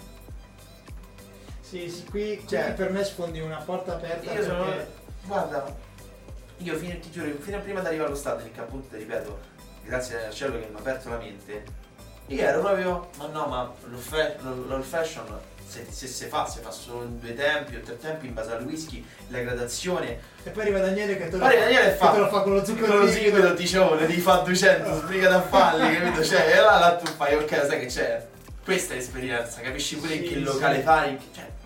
Sì, qui per me sfondi una porta aperta. Guarda, io ti giuro, fino a prima di arrivare allo Stadnik, appunto ti ripeto, grazie al cielo che mi ha aperto la mente, io ero proprio, ma l'old fashion se fa solo in 2 tempi o 3 tempi in base al whisky, la gradazione. E poi arriva Daniele che te lo fa con lo zucchero. Con lo zucchero diciamo, ne devi fare 200, sbriga da falli, capito? Cioè, e là tu fai, ok, sai che c'è? Questa è esperienza, capisci pure in che locale fai,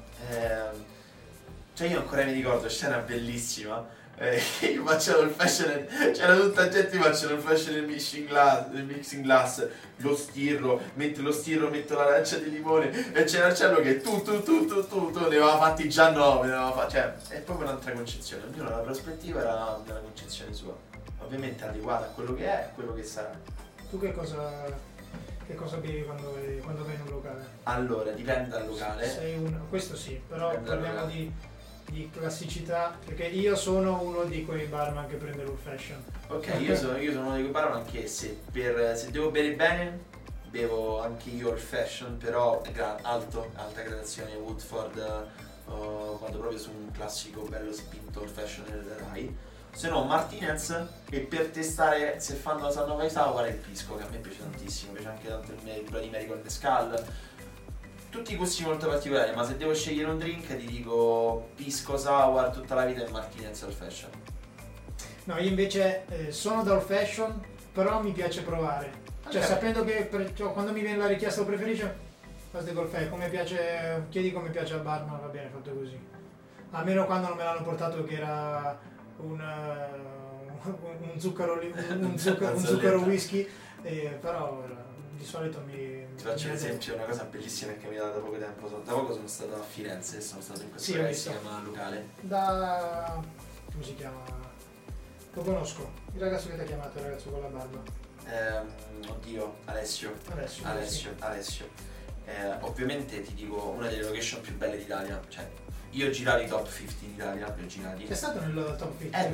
cioè io ancora mi ricordo scena bellissima. Io facevo il fashion, c'era tutta gente che faceva il fashion nel mixing glass, lo stirro, metto l'arancia di limone e c'era il cielo che tu ne aveva fatti già 9, cioè è proprio un'altra concezione, ognuno la prospettiva era della concezione sua, ovviamente adeguata a quello che è e quello che sarà. Tu che cosa bevi quando vai in un locale? Allora, dipende dal locale. Questo sì, però parliamo di classicità, perché io sono uno di quei barman che prende l'old fashion. Ok, io sono uno di quei barman che se devo bere bene bevo anche io old fashion, però alta gradazione Woodford, quando proprio su un classico bello spinto old fashion nel Rai, se no Martinez, e per testare se sanno fare sour il pisco, che a me piace tantissimo, piace anche tanto il Bloody Mary con Mescal. Tutti i gusti molto particolari, ma se devo scegliere un drink ti dico pisco sour tutta la vita e Martinez old fashion. No, io invece sono da old fashion, però mi piace provare. Cioè sapendo che quando mi viene la richiesta lo preferisce, fate col fashion, come piace, chiedi come piace al bar, ma va bene, fatto così. Almeno quando non me l'hanno portato che era un zucchero whisky, però di solito ti faccio un esempio, una cosa bellissima che mi ha dato da poco tempo. Da poco sono stato a Firenze, sono stato in questo che si chiama locale. Come si chiama? Lo conosco, il ragazzo che ti ha chiamato, il ragazzo con la barba. Oddio, Alessio. Ovviamente ti dico una delle location più belle d'Italia, cioè io ho girato i top 50 in Italia, li ho girati. È stato nel top 50? È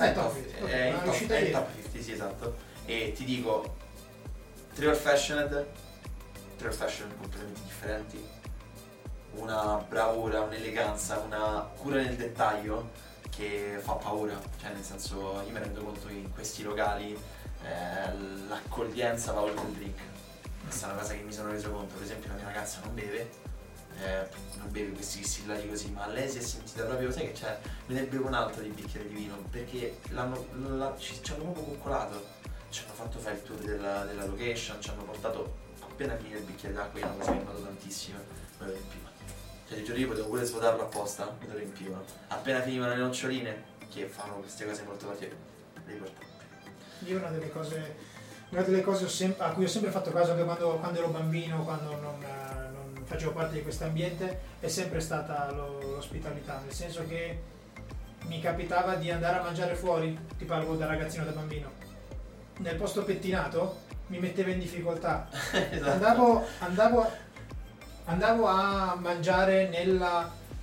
il top 50, sì, esatto. E ti dico 3 old fashion completamente differenti, una bravura, un'eleganza, una cura nel dettaglio che fa paura, cioè nel senso io mi rendo conto che in questi locali l'accoglienza va oltre il drink. Questa è una cosa che mi sono reso conto, per esempio la mia ragazza non beve questi stillati così, ma lei si è sentita proprio, sai che c'è, me ne bevo un altro di bicchiere di vino, perché ci hanno proprio coccolato, ci hanno fatto fare il tour della location, ci hanno portato appena finito il bicchiere d'acqua, io una cosa che mi ha dato tantissimo, me lo riempivano. Cioè di giorno io potevo pure svuotarlo apposta, me lo riempivano. Appena finivano le noccioline, che fanno queste cose molto particolari, le riportavo. Io una delle cose a cui ho sempre fatto caso anche quando ero bambino, quando non facevo parte di questo ambiente, è sempre stata l'ospitalità, nel senso che mi capitava di andare a mangiare fuori, ti parlo da ragazzino, da bambino, nel posto pettinato mi metteva in difficoltà. Esatto. Andavo a mangiare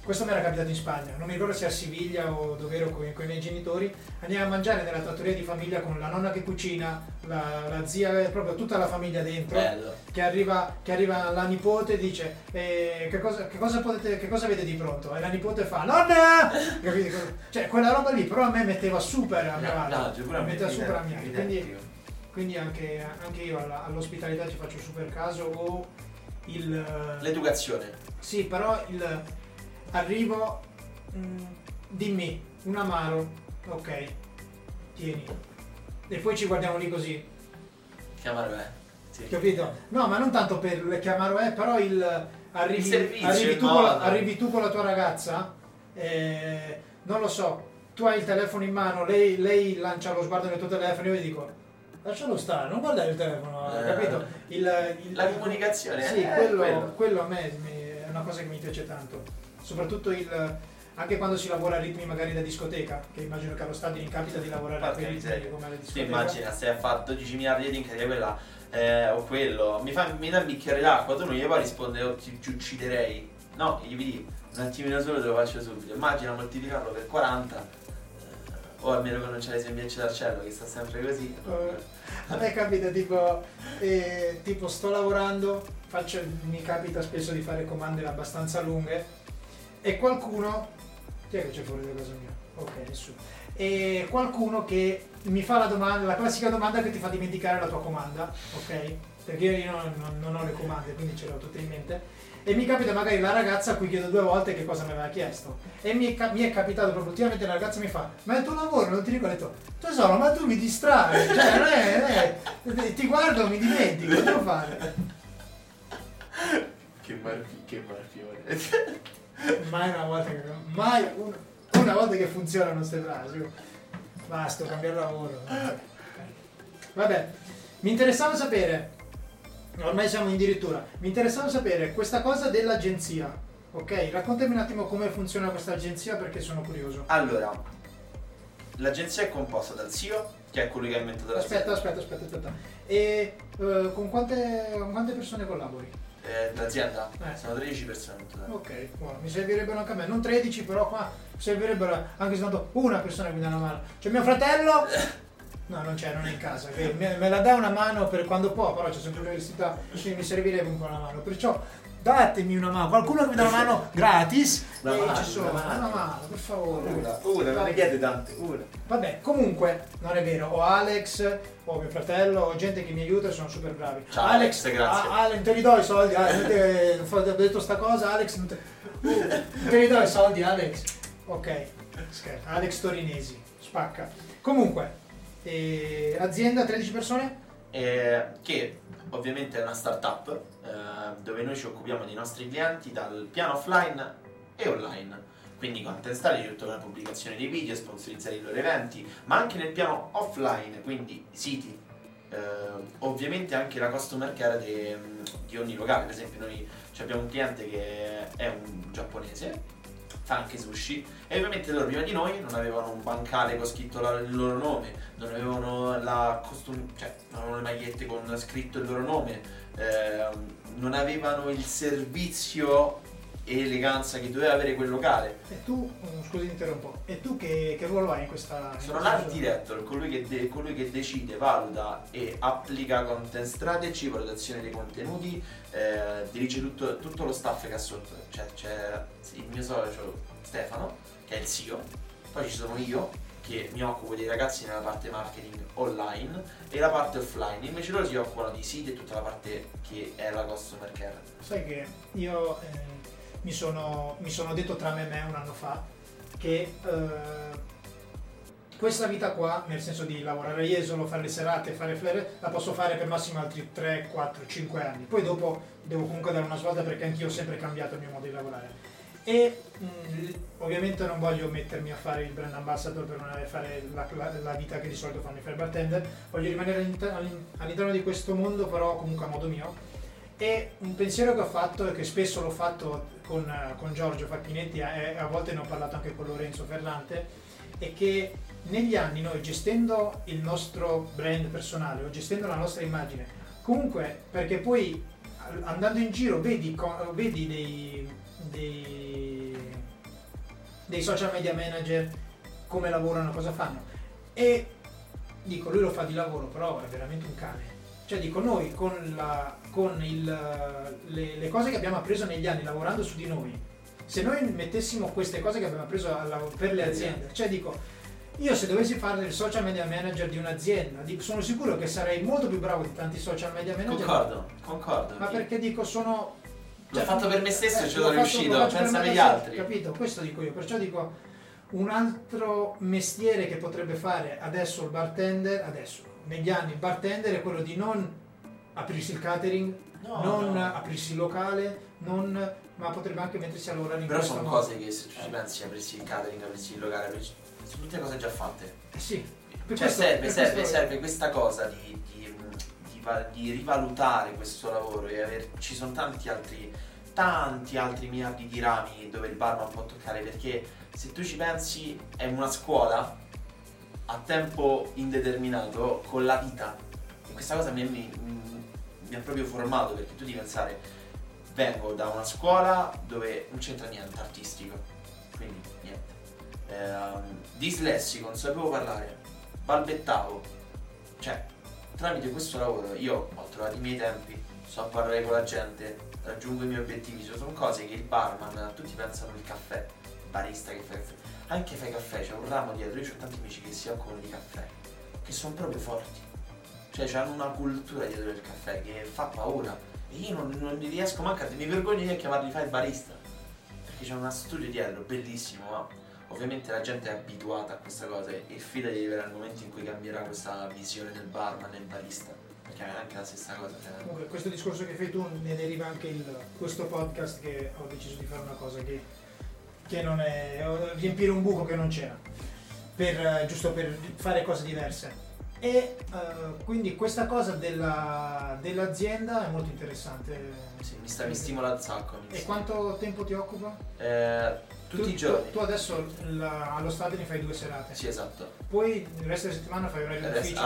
questo mi era capitato in Spagna, non mi ricordo se a Siviglia o dove ero con i miei genitori, andiamo a mangiare nella trattoria di famiglia con la nonna che cucina, la zia, proprio tutta la famiglia dentro. Bello. Che arriva la nipote e dice che cosa avete di pronto? E la nipote fa nonna! Capito? Cioè quella roba lì però a me metteva super a mio agio, metteva super a mio agio. Quindi anche io all'ospitalità ci faccio super caso. O l'educazione. Sì, però arrivo, dimmi un amaro, ok, tieni, e poi ci guardiamo lì così. Che amaro è? Sì. Capito? No, ma non tanto per che amaro è, però arrivi tu con la tua ragazza, non lo so, tu hai il telefono in mano, lei lancia lo sguardo nel tuo telefono, io gli dico lascialo stare, non guardare il telefono, capito? La comunicazione. Sì, quello a me è una cosa che mi piace tanto. Soprattutto anche quando si lavora a ritmi magari da discoteca, che immagino che allo stadio mi capita di lavorare a quei ritmi come alla discoteca. Sì, immagina, se hai fatto 12 miliardi di link di quella o quello, mi dà un bicchiere d'acqua, tu non gli puoi rispondere o ti ucciderei. No, gli dici un attimino solo te lo faccio subito. Immagina moltiplicarlo per 40, o almeno che non c'è le sembiecce dal cielo, che sta sempre così. A me capita tipo sto lavorando, mi capita spesso di fare comande abbastanza lunghe e qualcuno, chi è che c'è fuori da casa mia? Ok, nessuno. E qualcuno che mi fa la classica domanda che ti fa dimenticare la tua comanda, ok? Perché io non ho le comande, quindi ce l'ho tutte in mente. E mi capita magari la ragazza a cui chiedo 2 volte che cosa mi aveva chiesto. E mi è capitato proprio ultimamente, la ragazza mi fa: ma è il tuo lavoro, non ti ricordo? Ho detto: tesoro, ma tu mi distrai, cioè non è ti guardo, mi dimentico, cosa devo fare? Che marfione. Mai una volta che funzionano queste frasi. Basta, cambiare lavoro. Vabbè, mi interessava sapere, ormai siamo addirittura, mi interessava sapere questa cosa dell'agenzia, ok? Raccontami un attimo come funziona questa agenzia perché sono curioso. Allora, l'agenzia è composta dal CEO, che è colui che ha inventato l'azienda. Aspetta. E con quante persone collabori? L'azienda? Sono 13 persone in totale. Ok, wow, mi servirebbero anche a me, non 13, però qua servirebbero anche soltanto una persona che mi dà una mano. C'è mio fratello? No, non è in casa, che me la dà una mano per quando può, però c'è sempre l'università, mi servirebbe un po' una mano. Perciò datemi una mano, qualcuno che mi dà una mano gratis. Una mano, per favore. Una, non ne chiede tante, una. Vabbè, comunque, non è vero, ho Alex, ho mio fratello, ho gente che mi aiuta e sono super bravi. Ciao Alex, grazie. Alex, te li do i soldi, ho detto sta cosa, Alex, non te li do i soldi, Alex. Ok, scherzo, Alex Torinesi, spacca. Comunque, azienda 13 persone? Che ovviamente è una startup dove noi ci occupiamo dei nostri clienti dal piano offline e online, quindi content strategy, tutta la pubblicazione dei video, sponsorizzare i loro eventi, ma anche nel piano offline, quindi siti, ovviamente anche la customer care di ogni locale. Per esempio noi abbiamo un cliente che è un giapponese, fa anche sushi, e ovviamente loro prima di noi non avevano un bancale con scritto il loro nome, non avevano non avevano le magliette con scritto il loro nome, non avevano il servizio e eleganza che doveva avere quel locale. E tu, scusi interrompo, e tu che ruolo hai in questa? Sono l'art director, colui che decide, valuta e applica content strategy, valutazione dei contenuti, dirige tutto lo staff che ha sotto. Cioè c'è il mio socio Stefano, che è il CEO, poi ci sono io che mi occupo dei ragazzi nella parte marketing online e la parte offline, invece loro si occupano di siti e tutta la parte che è la customer care. Sai che io mi sono detto tra me e me un anno fa che questa vita qua, nel senso di lavorare a Jesolo, fare le serate, fare flare, la posso fare per massimo altri 3, 4, 5 anni. Poi dopo devo comunque dare una svolta perché anch'io ho sempre cambiato il mio modo di lavorare. E ovviamente non voglio mettermi a fare il brand ambassador per non fare la vita che di solito fanno i fare bartender, voglio rimanere all'interno di questo mondo, però comunque a modo mio. E un pensiero che ho fatto e che spesso l'ho fatto con Giorgio Facchinetti e a volte ne ho parlato anche con Lorenzo Ferrante, è che negli anni noi, gestendo il nostro brand personale o gestendo la nostra immagine, comunque, perché poi andando in giro vedi dei social media manager, come lavorano, cosa fanno. E dico, lui lo fa di lavoro, però è veramente un cane. Cioè dico, noi le cose che abbiamo appreso negli anni lavorando su di noi, se noi mettessimo queste cose che abbiamo appreso per le aziende, cioè dico, io se dovessi fare il social media manager di un'azienda, sono sicuro che sarei molto più bravo di tanti social media manager. Concordo. Ma perché dico, sono... L'ho fatto per me stesso, ce l'ho riuscito, pensa agli altri. Capito? Questo dico io, perciò dico, un altro mestiere che potrebbe fare adesso il bartender, negli anni il bartender è quello di non aprirsi il catering, non aprirsi il locale, ma potrebbe anche mettersi a lavorare in questo modo. Però sono cose che se tu ci pensi, aprirsi il catering, aprirsi il locale, sono tutte cose già fatte. Sì. Cioè serve questa cosa di rivalutare questo lavoro e ci sono tanti altri miliardi di rami dove il barman può toccare, perché se tu ci pensi è una scuola a tempo indeterminato con la vita, e questa cosa mi ha proprio formato, perché tu devi pensare, vengo da una scuola dove non c'entra niente artistico, quindi niente, dislessico, non sapevo parlare, balbettavo, cioè tramite questo lavoro io ho trovato i miei tempi, so parlare con la gente, raggiungo i miei obiettivi. Sono cose che il barman, tutti pensano il caffè, il barista che fa caffè, anche fai caffè, c'è un ramo dietro. Io ho tanti amici che si occupano di caffè, che sono proprio forti, cioè hanno una cultura dietro del caffè che fa paura, e io non riesco manco mi vergogno di chiamarli fai il barista, perché c'è uno studio dietro bellissimo, ma ovviamente la gente è abituata a questa cosa e fidati di arrivare al momento in cui cambierà questa visione del barman e del barista, perché è anche la stessa cosa. Comunque questo discorso che fai tu ne deriva anche questo podcast, che ho deciso di fare una cosa che non è riempire un buco che non c'era, giusto per fare cose diverse. E quindi questa cosa dell'azienda è molto interessante. Sì, mi stimola un sacco. E quanto tempo ti occupa? Tutti i giorni. Tu adesso allo stadio ne fai 2 serate. Sì, esatto. Poi il resto della settimana fai orario d'ufficio.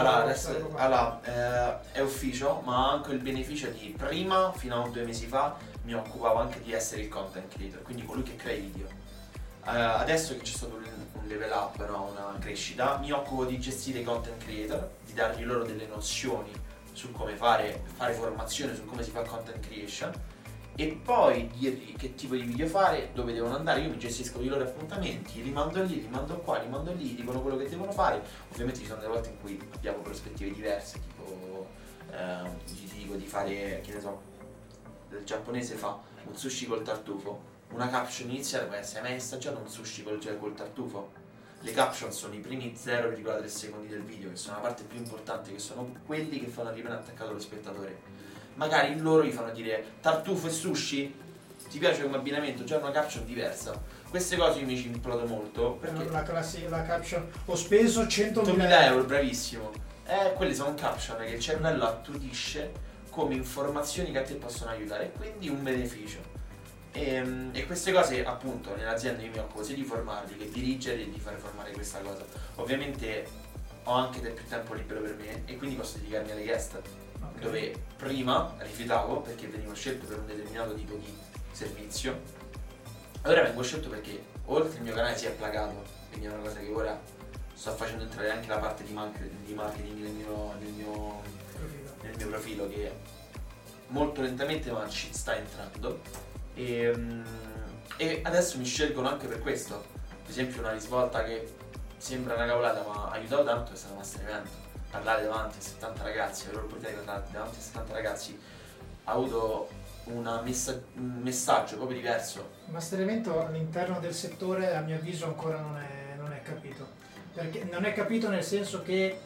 È ufficio, ma ho anche il beneficio di prima, fino a 2 mesi fa, mi occupavo anche di essere il content creator, quindi colui che crea i video. Adesso che c'è stato un level up, una crescita, mi occupo di gestire i content creator, di dargli loro delle nozioni su come fare formazione su come si fa content creation, e poi dirgli che tipo di video fare, dove devono andare. Io mi gestisco i loro appuntamenti, li mando lì, li mando qua, li mando lì, dicono quello che devono fare. Ovviamente ci sono delle volte in cui abbiamo prospettive diverse, tipo ti dico di fare, che ne so, il giapponese fa un sushi col tartufo, una caption iniziale può essere: mai assaggiato un sushi col tartufo? Le caption sono i primi 0,3 secondi del video, che sono la parte più importante, che sono quelli che fanno rimanere attaccato lo spettatore. Magari loro gli fanno dire tartufo e sushi, ti piace come abbinamento? Già una caption diversa. Queste cose io mi ci implodo molto, perché la caption ho speso 100.000 euro, bravissimo. Quelle sono caption che il cervello attudisce come informazioni che a te possono aiutare, e quindi un beneficio. E queste cose, appunto, nell'azienda io mi occupo sia di formarli che dirigere e di fare formare questa cosa. Ovviamente ho anche più tempo libero per me, e quindi posso dedicarmi alle guest, dove prima rifiutavo perché venivo scelto per un determinato tipo di servizio. Ora vengo scelto perché oltre il mio canale si è plagato, quindi è una cosa che ora sto facendo entrare anche la parte di marketing nel mio profilo, che molto lentamente ma ci sta entrando, e adesso mi scelgono anche per questo. Per esempio una risvolta che sembra una cavolata ma ha aiutato tanto è stato Master Event. Parlare davanti a 70 ragazzi, avere l'opportunità di parlare davanti a 70 ragazzi ha avuto un messaggio proprio diverso. Master Evento all'interno del settore, a mio avviso, ancora non è capito, perché non è capito nel senso che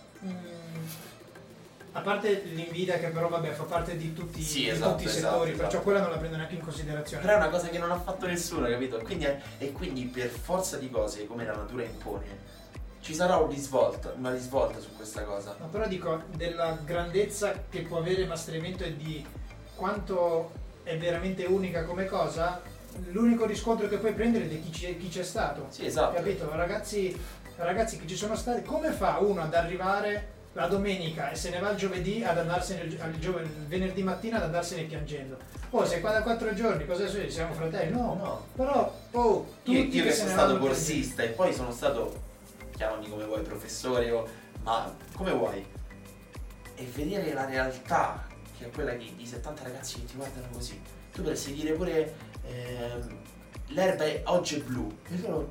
a parte l'invidia, che però vabbè fa parte di tutti, tutti i settori, perciò quella non la prendo neanche in considerazione. Però è una cosa che non ha fatto nessuno, capito? E quindi per forza di cose, come la natura impone, ci sarà una risvolta su questa cosa. No, però dico, della grandezza che può avere Master Evento e di quanto è veramente unica come cosa, l'unico riscontro che puoi prendere è di chi c'è stato. Sì, esatto. Capito? Ragazzi che ci sono stati, come fa uno ad arrivare la domenica e se ne va il giovedì ad andarsene il venerdì mattina ad andarsene piangendo. Sei qua da 4 giorni, cosa succede? Siamo fratelli? No. Però io che sono stato borsista e poi sono stato, chiamami come vuoi, professore ma come vuoi, e vedere la realtà che è quella di 70 ragazzi che ti guardano così, tu potresti dire pure l'erba oggi è blu e loro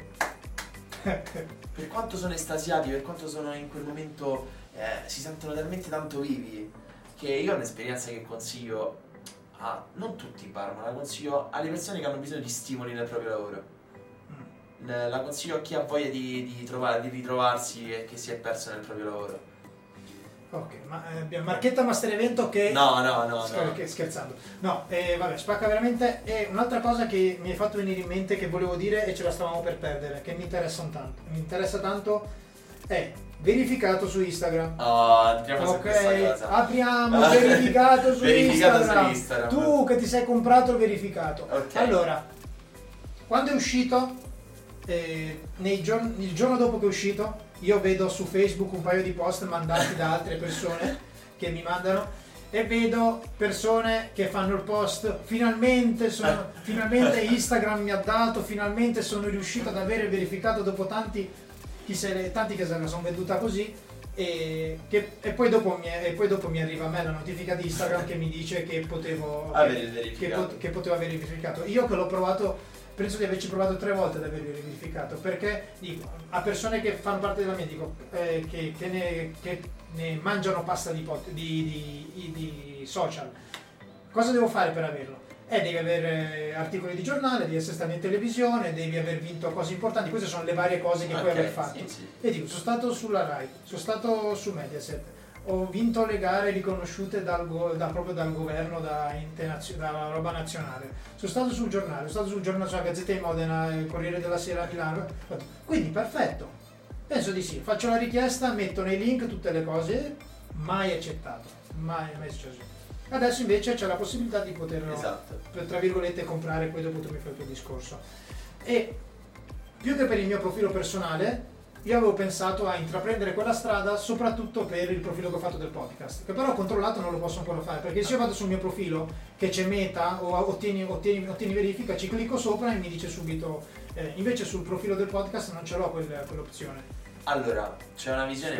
per quanto sono estasiati, per quanto sono in quel momento si sentono talmente tanto vivi, che io ho un'esperienza che consiglio a non tutti i bar, ma la consiglio alle persone che hanno bisogno di stimoli nel proprio lavoro. La consiglio a chi ha voglia di ritrovarsi e che si è perso nel proprio lavoro. Ok, ma abbiamo Marchetta Master Evento che... No. Scherzando. No, vabbè, spacca veramente. E un'altra cosa che mi hai fatto venire in mente, che volevo dire e ce la stavamo per perdere, che mi interessa tanto, è verificato su Instagram. Andiamo su questa cosa. Apriamo verificato su Instagram. Tu che ti sei comprato il verificato. Okay. Allora, quando è uscito, il giorno dopo che è uscito, io vedo su Facebook un paio di post mandati da altre persone che mi mandano e vedo persone che fanno il post: finalmente Instagram mi ha dato, finalmente sono riuscito ad avere verificato dopo tanti che se la sono venduta così, e poi dopo mi arriva a me la notifica di Instagram che mi dice che potevo avere verificato. Io che l'ho provato, penso di averci provato 3 volte ad averlo verificato, perché dico a persone che fanno parte della mia, dico che ne mangiano pasta di social, cosa devo fare per averlo? Devi avere articoli di giornale, devi essere stato in televisione, devi aver vinto cose importanti. Queste sono le varie cose che puoi aver fatto. Sì. E dico, sono stato sulla Rai, sono stato su Mediaset, ho vinto le gare riconosciute proprio dal governo, dalla roba nazionale, sono stato sul giornale, sulla Gazzetta di Modena, il Corriere della Sera, Milano. Quindi perfetto, penso di sì, faccio la richiesta, metto nei link tutte le cose, mai accettato, mai successo. Adesso invece c'è la possibilità di poterlo, tra virgolette, comprare. Poi dopo tu mi fai il tuo discorso. E più che per il mio profilo personale, io avevo pensato a intraprendere quella strada soprattutto per il profilo che ho fatto del podcast, che però ho controllato, non lo posso ancora fare, perché se io vado sul mio profilo che c'è Meta o ottieni verifica, ci clicco sopra e mi dice subito, invece sul profilo del podcast non ce l'ho quell'opzione. Allora, c'è una visione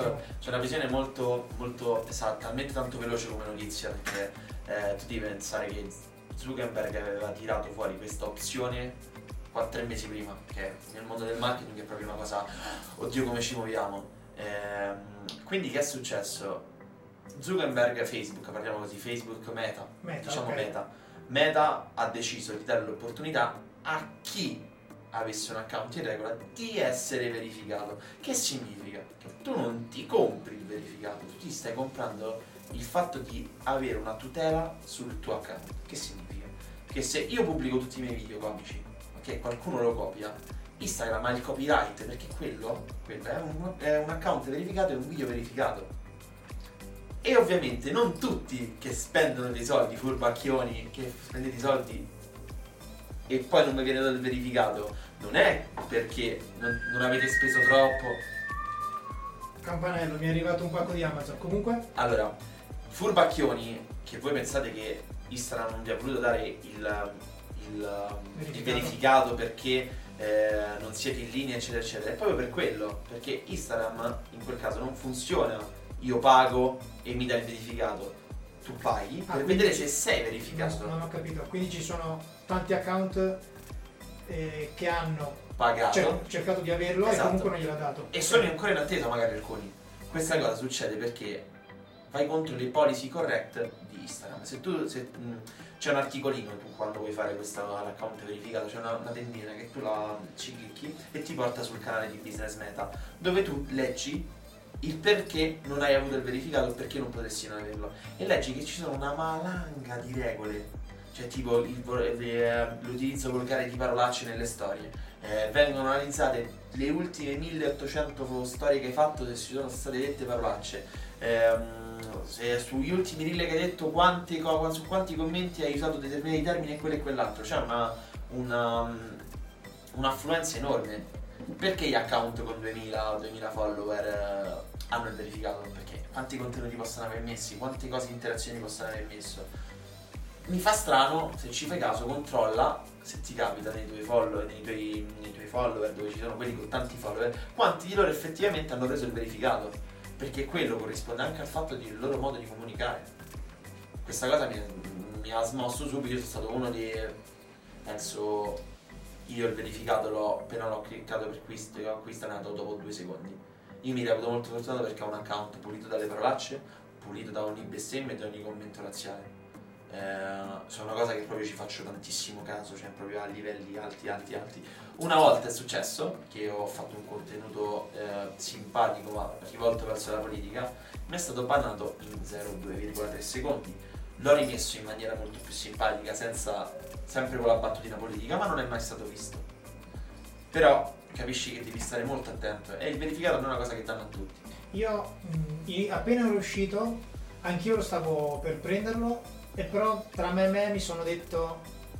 molto esatta, talmente tanto veloce come notizia, perché tu devi pensare che Zuckerberg aveva tirato fuori questa opzione 4 mesi prima, che nel mondo del marketing è proprio una cosa, oddio come ci muoviamo. Quindi che è successo? Zuckerberg, Facebook, parliamo così, Facebook, Meta, diciamo okay. Meta ha deciso di dare l'opportunità a chi avesse un account in regola di essere verificato. Che significa? Che tu non ti compri il verificato, tu ti stai comprando il fatto di avere una tutela sul tuo account. Che significa? Che se io pubblico tutti i miei video comici, ok, qualcuno lo copia, Instagram ha il copyright, perché quello è un account verificato e un video verificato. E ovviamente non tutti che spendono dei soldi, furbacchioni, che spendete i soldi e poi non mi viene dato il verificato, non è perché non avete speso troppo. Campanello, mi è arrivato un pacco di Amazon. Comunque, allora, furbacchioni che voi pensate che Instagram non vi ha voluto dare il verificato perché non siete in linea, eccetera eccetera, è proprio per quello, perché Instagram in quel caso non funziona, io pago e mi dai il verificato, tu paghi per vedere se sei verificato. Non ho capito, quindi ci sono tanti account che hanno pagato, cercato di averlo, esatto, e comunque non gliel'ha dato. E sono ancora in attesa magari alcuni. Questa cosa succede perché vai contro le policy correct di Instagram. Se c'è un articolino, tu quando vuoi fare l'account verificato, c'è una tendina che tu ci clicchi e ti porta sul canale di Business Meta, dove tu leggi il perché non hai avuto il verificato, il perché non potresti non averlo, e leggi che ci sono una valanga di regole, cioè tipo l'utilizzo volgare di parolacce nelle storie, vengono analizzate le ultime 1800 storie che hai fatto, se ci sono state dette parolacce, se sugli ultimi reel che hai detto su quanti commenti hai usato determinati termini e quello e quell'altro. C'è un'affluenza enorme. Perché gli account con 2000 follower hanno il verificato, perché quanti contenuti possono aver messi, quante cose, interazioni possono aver messo. Mi fa strano, se ci fai caso, controlla se ti capita nei tuoi follower, nei tuoi follower, dove ci sono quelli con tanti follower, quanti di loro effettivamente hanno preso il verificato, perché quello corrisponde anche al fatto del loro modo di comunicare. Questa cosa mi ha smosso subito. Io sono stato uno di, penso, io il verificato appena l'ho cliccato per acquisto è nato dopo 2 secondi. Io mi reputo molto fortunato perché ho un account pulito dalle parolacce, pulito da ogni bestemmia e da ogni commento razziale. Sono una cosa che proprio ci faccio tantissimo caso, cioè proprio a livelli alti. Una volta è successo che ho fatto un contenuto simpatico ma rivolto verso la politica, mi è stato bannato in 0,2,3 secondi. L'ho rimesso in maniera molto più simpatica, sempre con la battutina politica, ma non è mai stato visto. Però capisci che devi stare molto attento, e il verificato non è una cosa che danno a tutti. Io appena ero uscito, anch'io lo stavo per prenderlo, e però tra me e me mi sono detto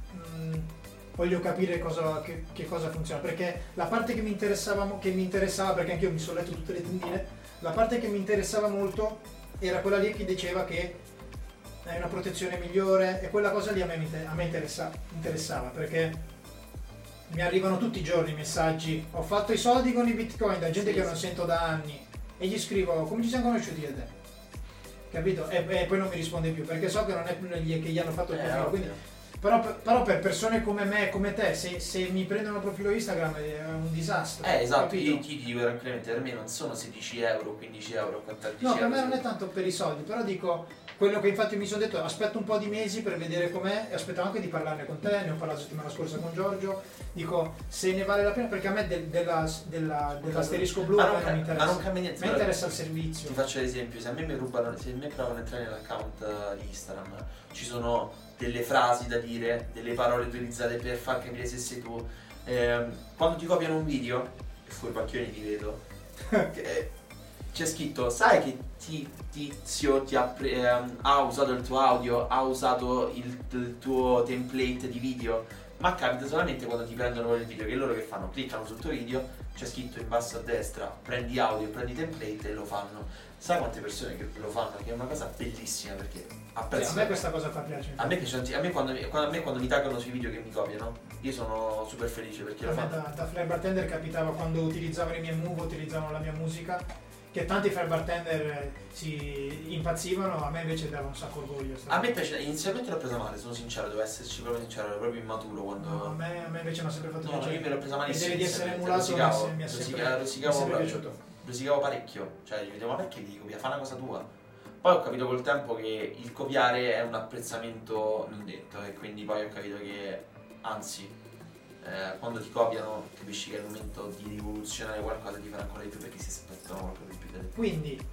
voglio capire che cosa funziona, perché la parte che mi interessava, perché anch'io mi sono letto tutte le tendine, la parte che mi interessava molto era quella lì che diceva che è una protezione migliore, e quella cosa lì a me interessava, perché mi arrivano tutti i giorni messaggi: ho fatto i soldi con i bitcoin, da gente che non sento da anni, e gli scrivo: come ci siamo conosciuti io e te? Capito? E poi non mi risponde più, perché so che non è che gli hanno fatto il profilo, quindi, però per persone come me e come te, se mi prendono il profilo Instagram è un disastro. Esatto, capito? io ti dico tranquillamente, per me non sono 16 euro, 15 euro, 14 no, euro. No, per me non è tanto per i soldi, però dico quello che infatti mi sono detto: aspetto un po' di mesi per vedere com'è, e aspetto anche di parlarne con te, ne ho parlato la settimana scorsa con Giorgio, dico se ne vale la pena, perché a me dell'asterisco blu non mi interessa. Ma non cambia niente. Mi interessa il servizio. Ti faccio l'esempio: se a me provano ad entrare nell'account di Instagram, ci sono delle frasi da dire, delle parole utilizzate per far capire se sei tu. Quando ti copiano un video, e furbacchioni ti vedo, c'è scritto: sai che Tizio ha usato il tuo audio, ha usato il tuo template di video? Ma capita solamente quando ti prendono il video, che loro che fanno? Cliccano sul tuo video, c'è scritto in basso a destra prendi audio, prendi template, e lo fanno. Sai quante persone che lo fanno? Che è una cosa bellissima, perché apprezzo. A me questa cosa fa piacere. A me piace, a me quando mi taggano sui video che mi copiano, io sono super felice, perché lo fanno. Da Flair Bartender capitava quando utilizzavano i miei move, utilizzavano la mia musica, che tanti Flair Bartender si impazzivano, a me invece dava un sacco orgoglio. A me piace, inizialmente l'ho presa male, sono sincero, devo esserci proprio sincero, ero proprio immaturo quando. No, a me invece mi ha sempre fatto piacere. No, io me l'ho presa male. L'idea di essere emulato mi è sempre piaciuto. Rosicavo parecchio, cioè gli dicevo: ma perché devi copiare? Fa una cosa tua. Poi ho capito col tempo che il copiare è un apprezzamento non detto, e quindi poi ho capito che, anzi, quando ti copiano capisci che è il momento di rivoluzionare qualcosa, di fare ancora di più, perché si aspettano qualcosa di più da te. Quindi,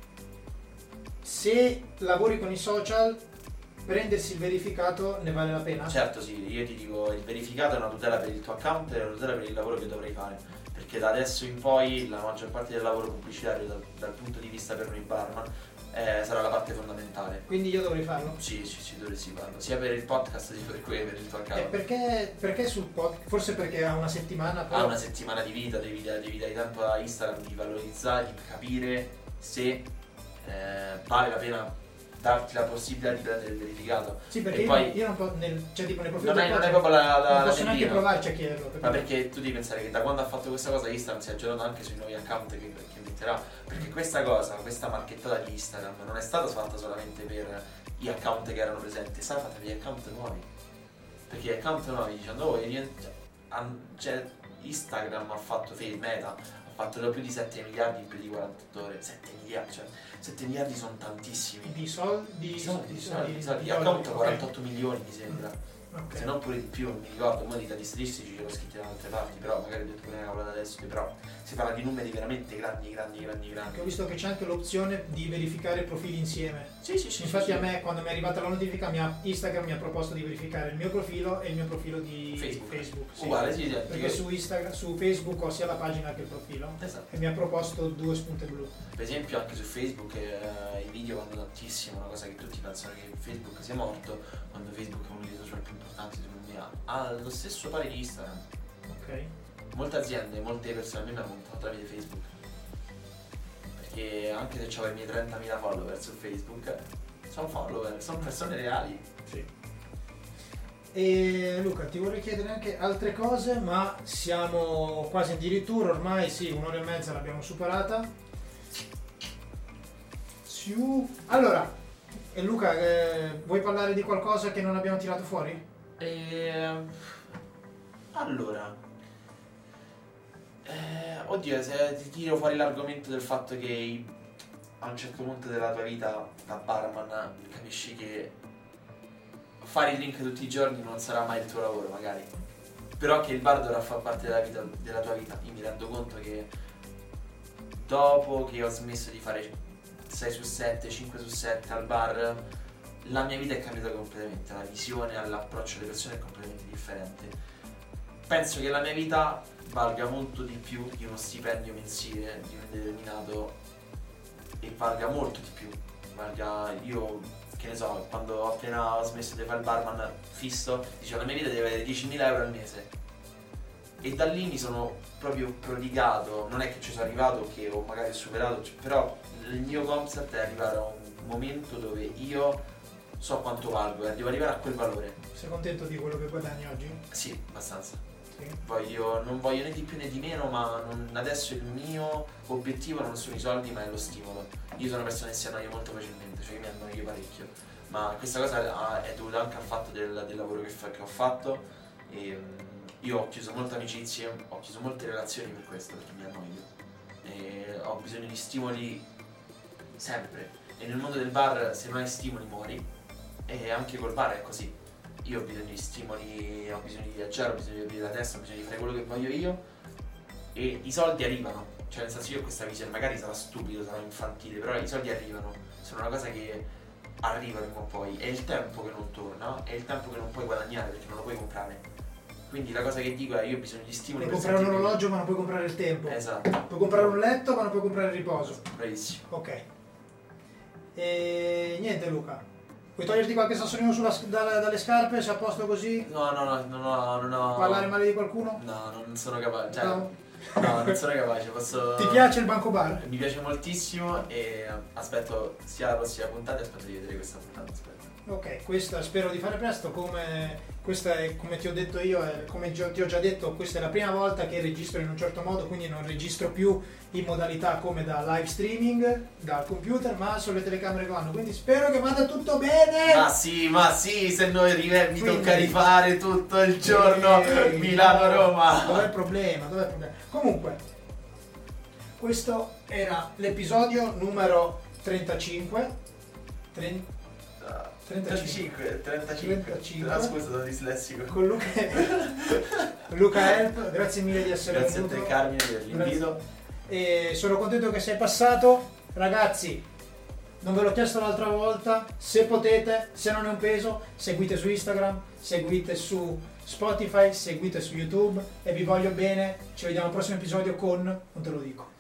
se lavori con i social, prendersi il verificato ne vale la pena? Certo, sì, io ti dico, il verificato è una tutela per il tuo account, è una tutela per il lavoro che dovrai fare, perché da adesso in poi la maggior parte del lavoro pubblicitario dal punto di vista per noi barman sarà la parte fondamentale. Quindi io dovrei farlo? Sì, dovresti farlo, sia per il podcast sia per il tuo account. Perché sul podcast? Forse perché ha una settimana. Ha una settimana di vita, devi dare tempo a Instagram di valorizzare, di capire se vale la pena darti la possibilità di prendere il verificato. Sì, perché io non posso, cioè tipo nei profili non è proprio non posso neanche provarci a chiederlo. Ma perché tu devi pensare che da quando ha fatto questa cosa Instagram si è aggiornato anche sui nuovi account che metterà, perché questa marchettata di Instagram non è stata fatta solamente per gli account che erano presenti, è stata fatta per gli account nuovi, perché gli account nuovi dicendo cioè, Instagram ha fatto Meta ha fatto da più di 7 miliardi in più di 48 ore. 7 miliardi, cioè 7 miliardi sono tantissimi. Di soldi. Gli account 48 milioni mi sembra. Okay. Se non pure di più, non mi ricordo, mo di dati statistici ce l'ho scritti da altre parti, però magari ho detto che ne avevo adesso, però si parla di numeri veramente grandi. Ho visto che c'è anche l'opzione di verificare profili insieme. Sì. Infatti a me, quando mi è arrivata la notifica, Instagram mi ha proposto di verificare il mio profilo e il mio profilo di Facebook. Sì. Uguale, sì. Perché su Facebook ho sia la pagina che il profilo. Esatto. E mi ha proposto 2 spunte blu. Per esempio anche su Facebook i video vanno tantissimo, una cosa che tutti pensano che Facebook sia morto, quando Facebook è uno dei social più importanti secondo me, ha lo stesso pari di Instagram. Ok. Molte aziende, molte persone a me mi hanno contattato tramite Facebook, Perché anche se ho i miei 30.000 follower su Facebook, sono follower, sono persone reali. Sì. E Luca, ti vorrei chiedere anche altre cose, ma siamo quasi addirittura, ormai sì, 1 ora e mezza l'abbiamo superata. Allora, Luca, vuoi parlare di qualcosa che non abbiamo tirato fuori? Allora, oddio, se ti tiro fuori l'argomento del fatto che a un certo punto della tua vita da barman capisci che fare i drink tutti i giorni non sarà mai il tuo lavoro magari, però che il bar dovrà far parte della tua vita. Io mi rendo conto che dopo che ho smesso di fare 6 su 7, 5 su 7 al bar, la mia vita è cambiata completamente, la visione all'approccio alle persone è completamente differente. Penso che la mia vita valga molto di più di uno stipendio mensile di un determinato, e valga molto di più. Io, che ne so, quando ho appena smesso di fare il barman fisso, dicevo la mia vita deve avere 10.000 euro al mese, e da lì mi sono proprio prodigato. Non è che ci sono arrivato, che ho magari superato, però il mio concept è arrivare a un momento dove io so quanto valgo e devo arrivare a quel valore. Sei contento di quello che guadagni oggi? Sì, abbastanza. Sì. Non voglio né di più né di meno, ma adesso il mio obiettivo non sono i soldi, ma è lo stimolo. Io sono una persona che si annoia molto facilmente, cioè io mi annoio parecchio, ma questa cosa è dovuta anche al fatto del lavoro che ho fatto, e io ho chiuso molte amicizie, ho chiuso molte relazioni per questo, perché mi annoio e ho bisogno di stimoli sempre, e nel mondo del bar se non hai stimoli muori, e anche col bar è così. Io ho bisogno di stimoli, ho bisogno di viaggiare, ho bisogno di aprire la testa, ho bisogno di fare quello che voglio io, e i soldi arrivano. Cioè nel senso, io ho questa visione, magari sarà stupido, sarà infantile, però i soldi arrivano, sono una cosa che arriva prima o poi. È il tempo che non torna, è il tempo che non puoi guadagnare perché non lo puoi comprare. Quindi la cosa che dico è, io ho bisogno di stimoli. Puoi comprare un orologio ma non puoi comprare il tempo. Esatto. Puoi comprare un letto ma non puoi comprare il riposo. Bravissimo. Ok. E niente Luca, vuoi toglierti qualche sassolino dalle scarpe? Sei a posto così? No, non ho... Parlare male di qualcuno? No, non sono capace. Cioè, No? no, non sono capace, posso... Ti piace il banco bar? Mi piace moltissimo, e aspetto sia la prossima puntata e aspetto di vedere questa puntata, aspetta. Ok, questa spero di fare presto. Questa è, come ti ho detto io, come ti ho già detto, questa è la prima volta che registro in un certo modo, quindi non registro più in modalità come da live streaming dal computer, ma sulle telecamere che vanno, quindi spero che vada tutto bene. Ma sì, se no mi tocca rifare tutto il giorno Milano-Roma. Dov'è il problema? Comunque, questo era l'episodio numero 35. 35. Ah, scusa, sono dislessico. Con Luca Help, grazie mille di essere venuto. Grazie a te Carmine per l'invito. E sono contento che sei passato. Ragazzi, non ve l'ho chiesto l'altra volta, se potete, se non è un peso, seguite su Instagram, seguite su Spotify, seguite su YouTube, e vi voglio bene. Ci vediamo al prossimo episodio con, non te lo dico.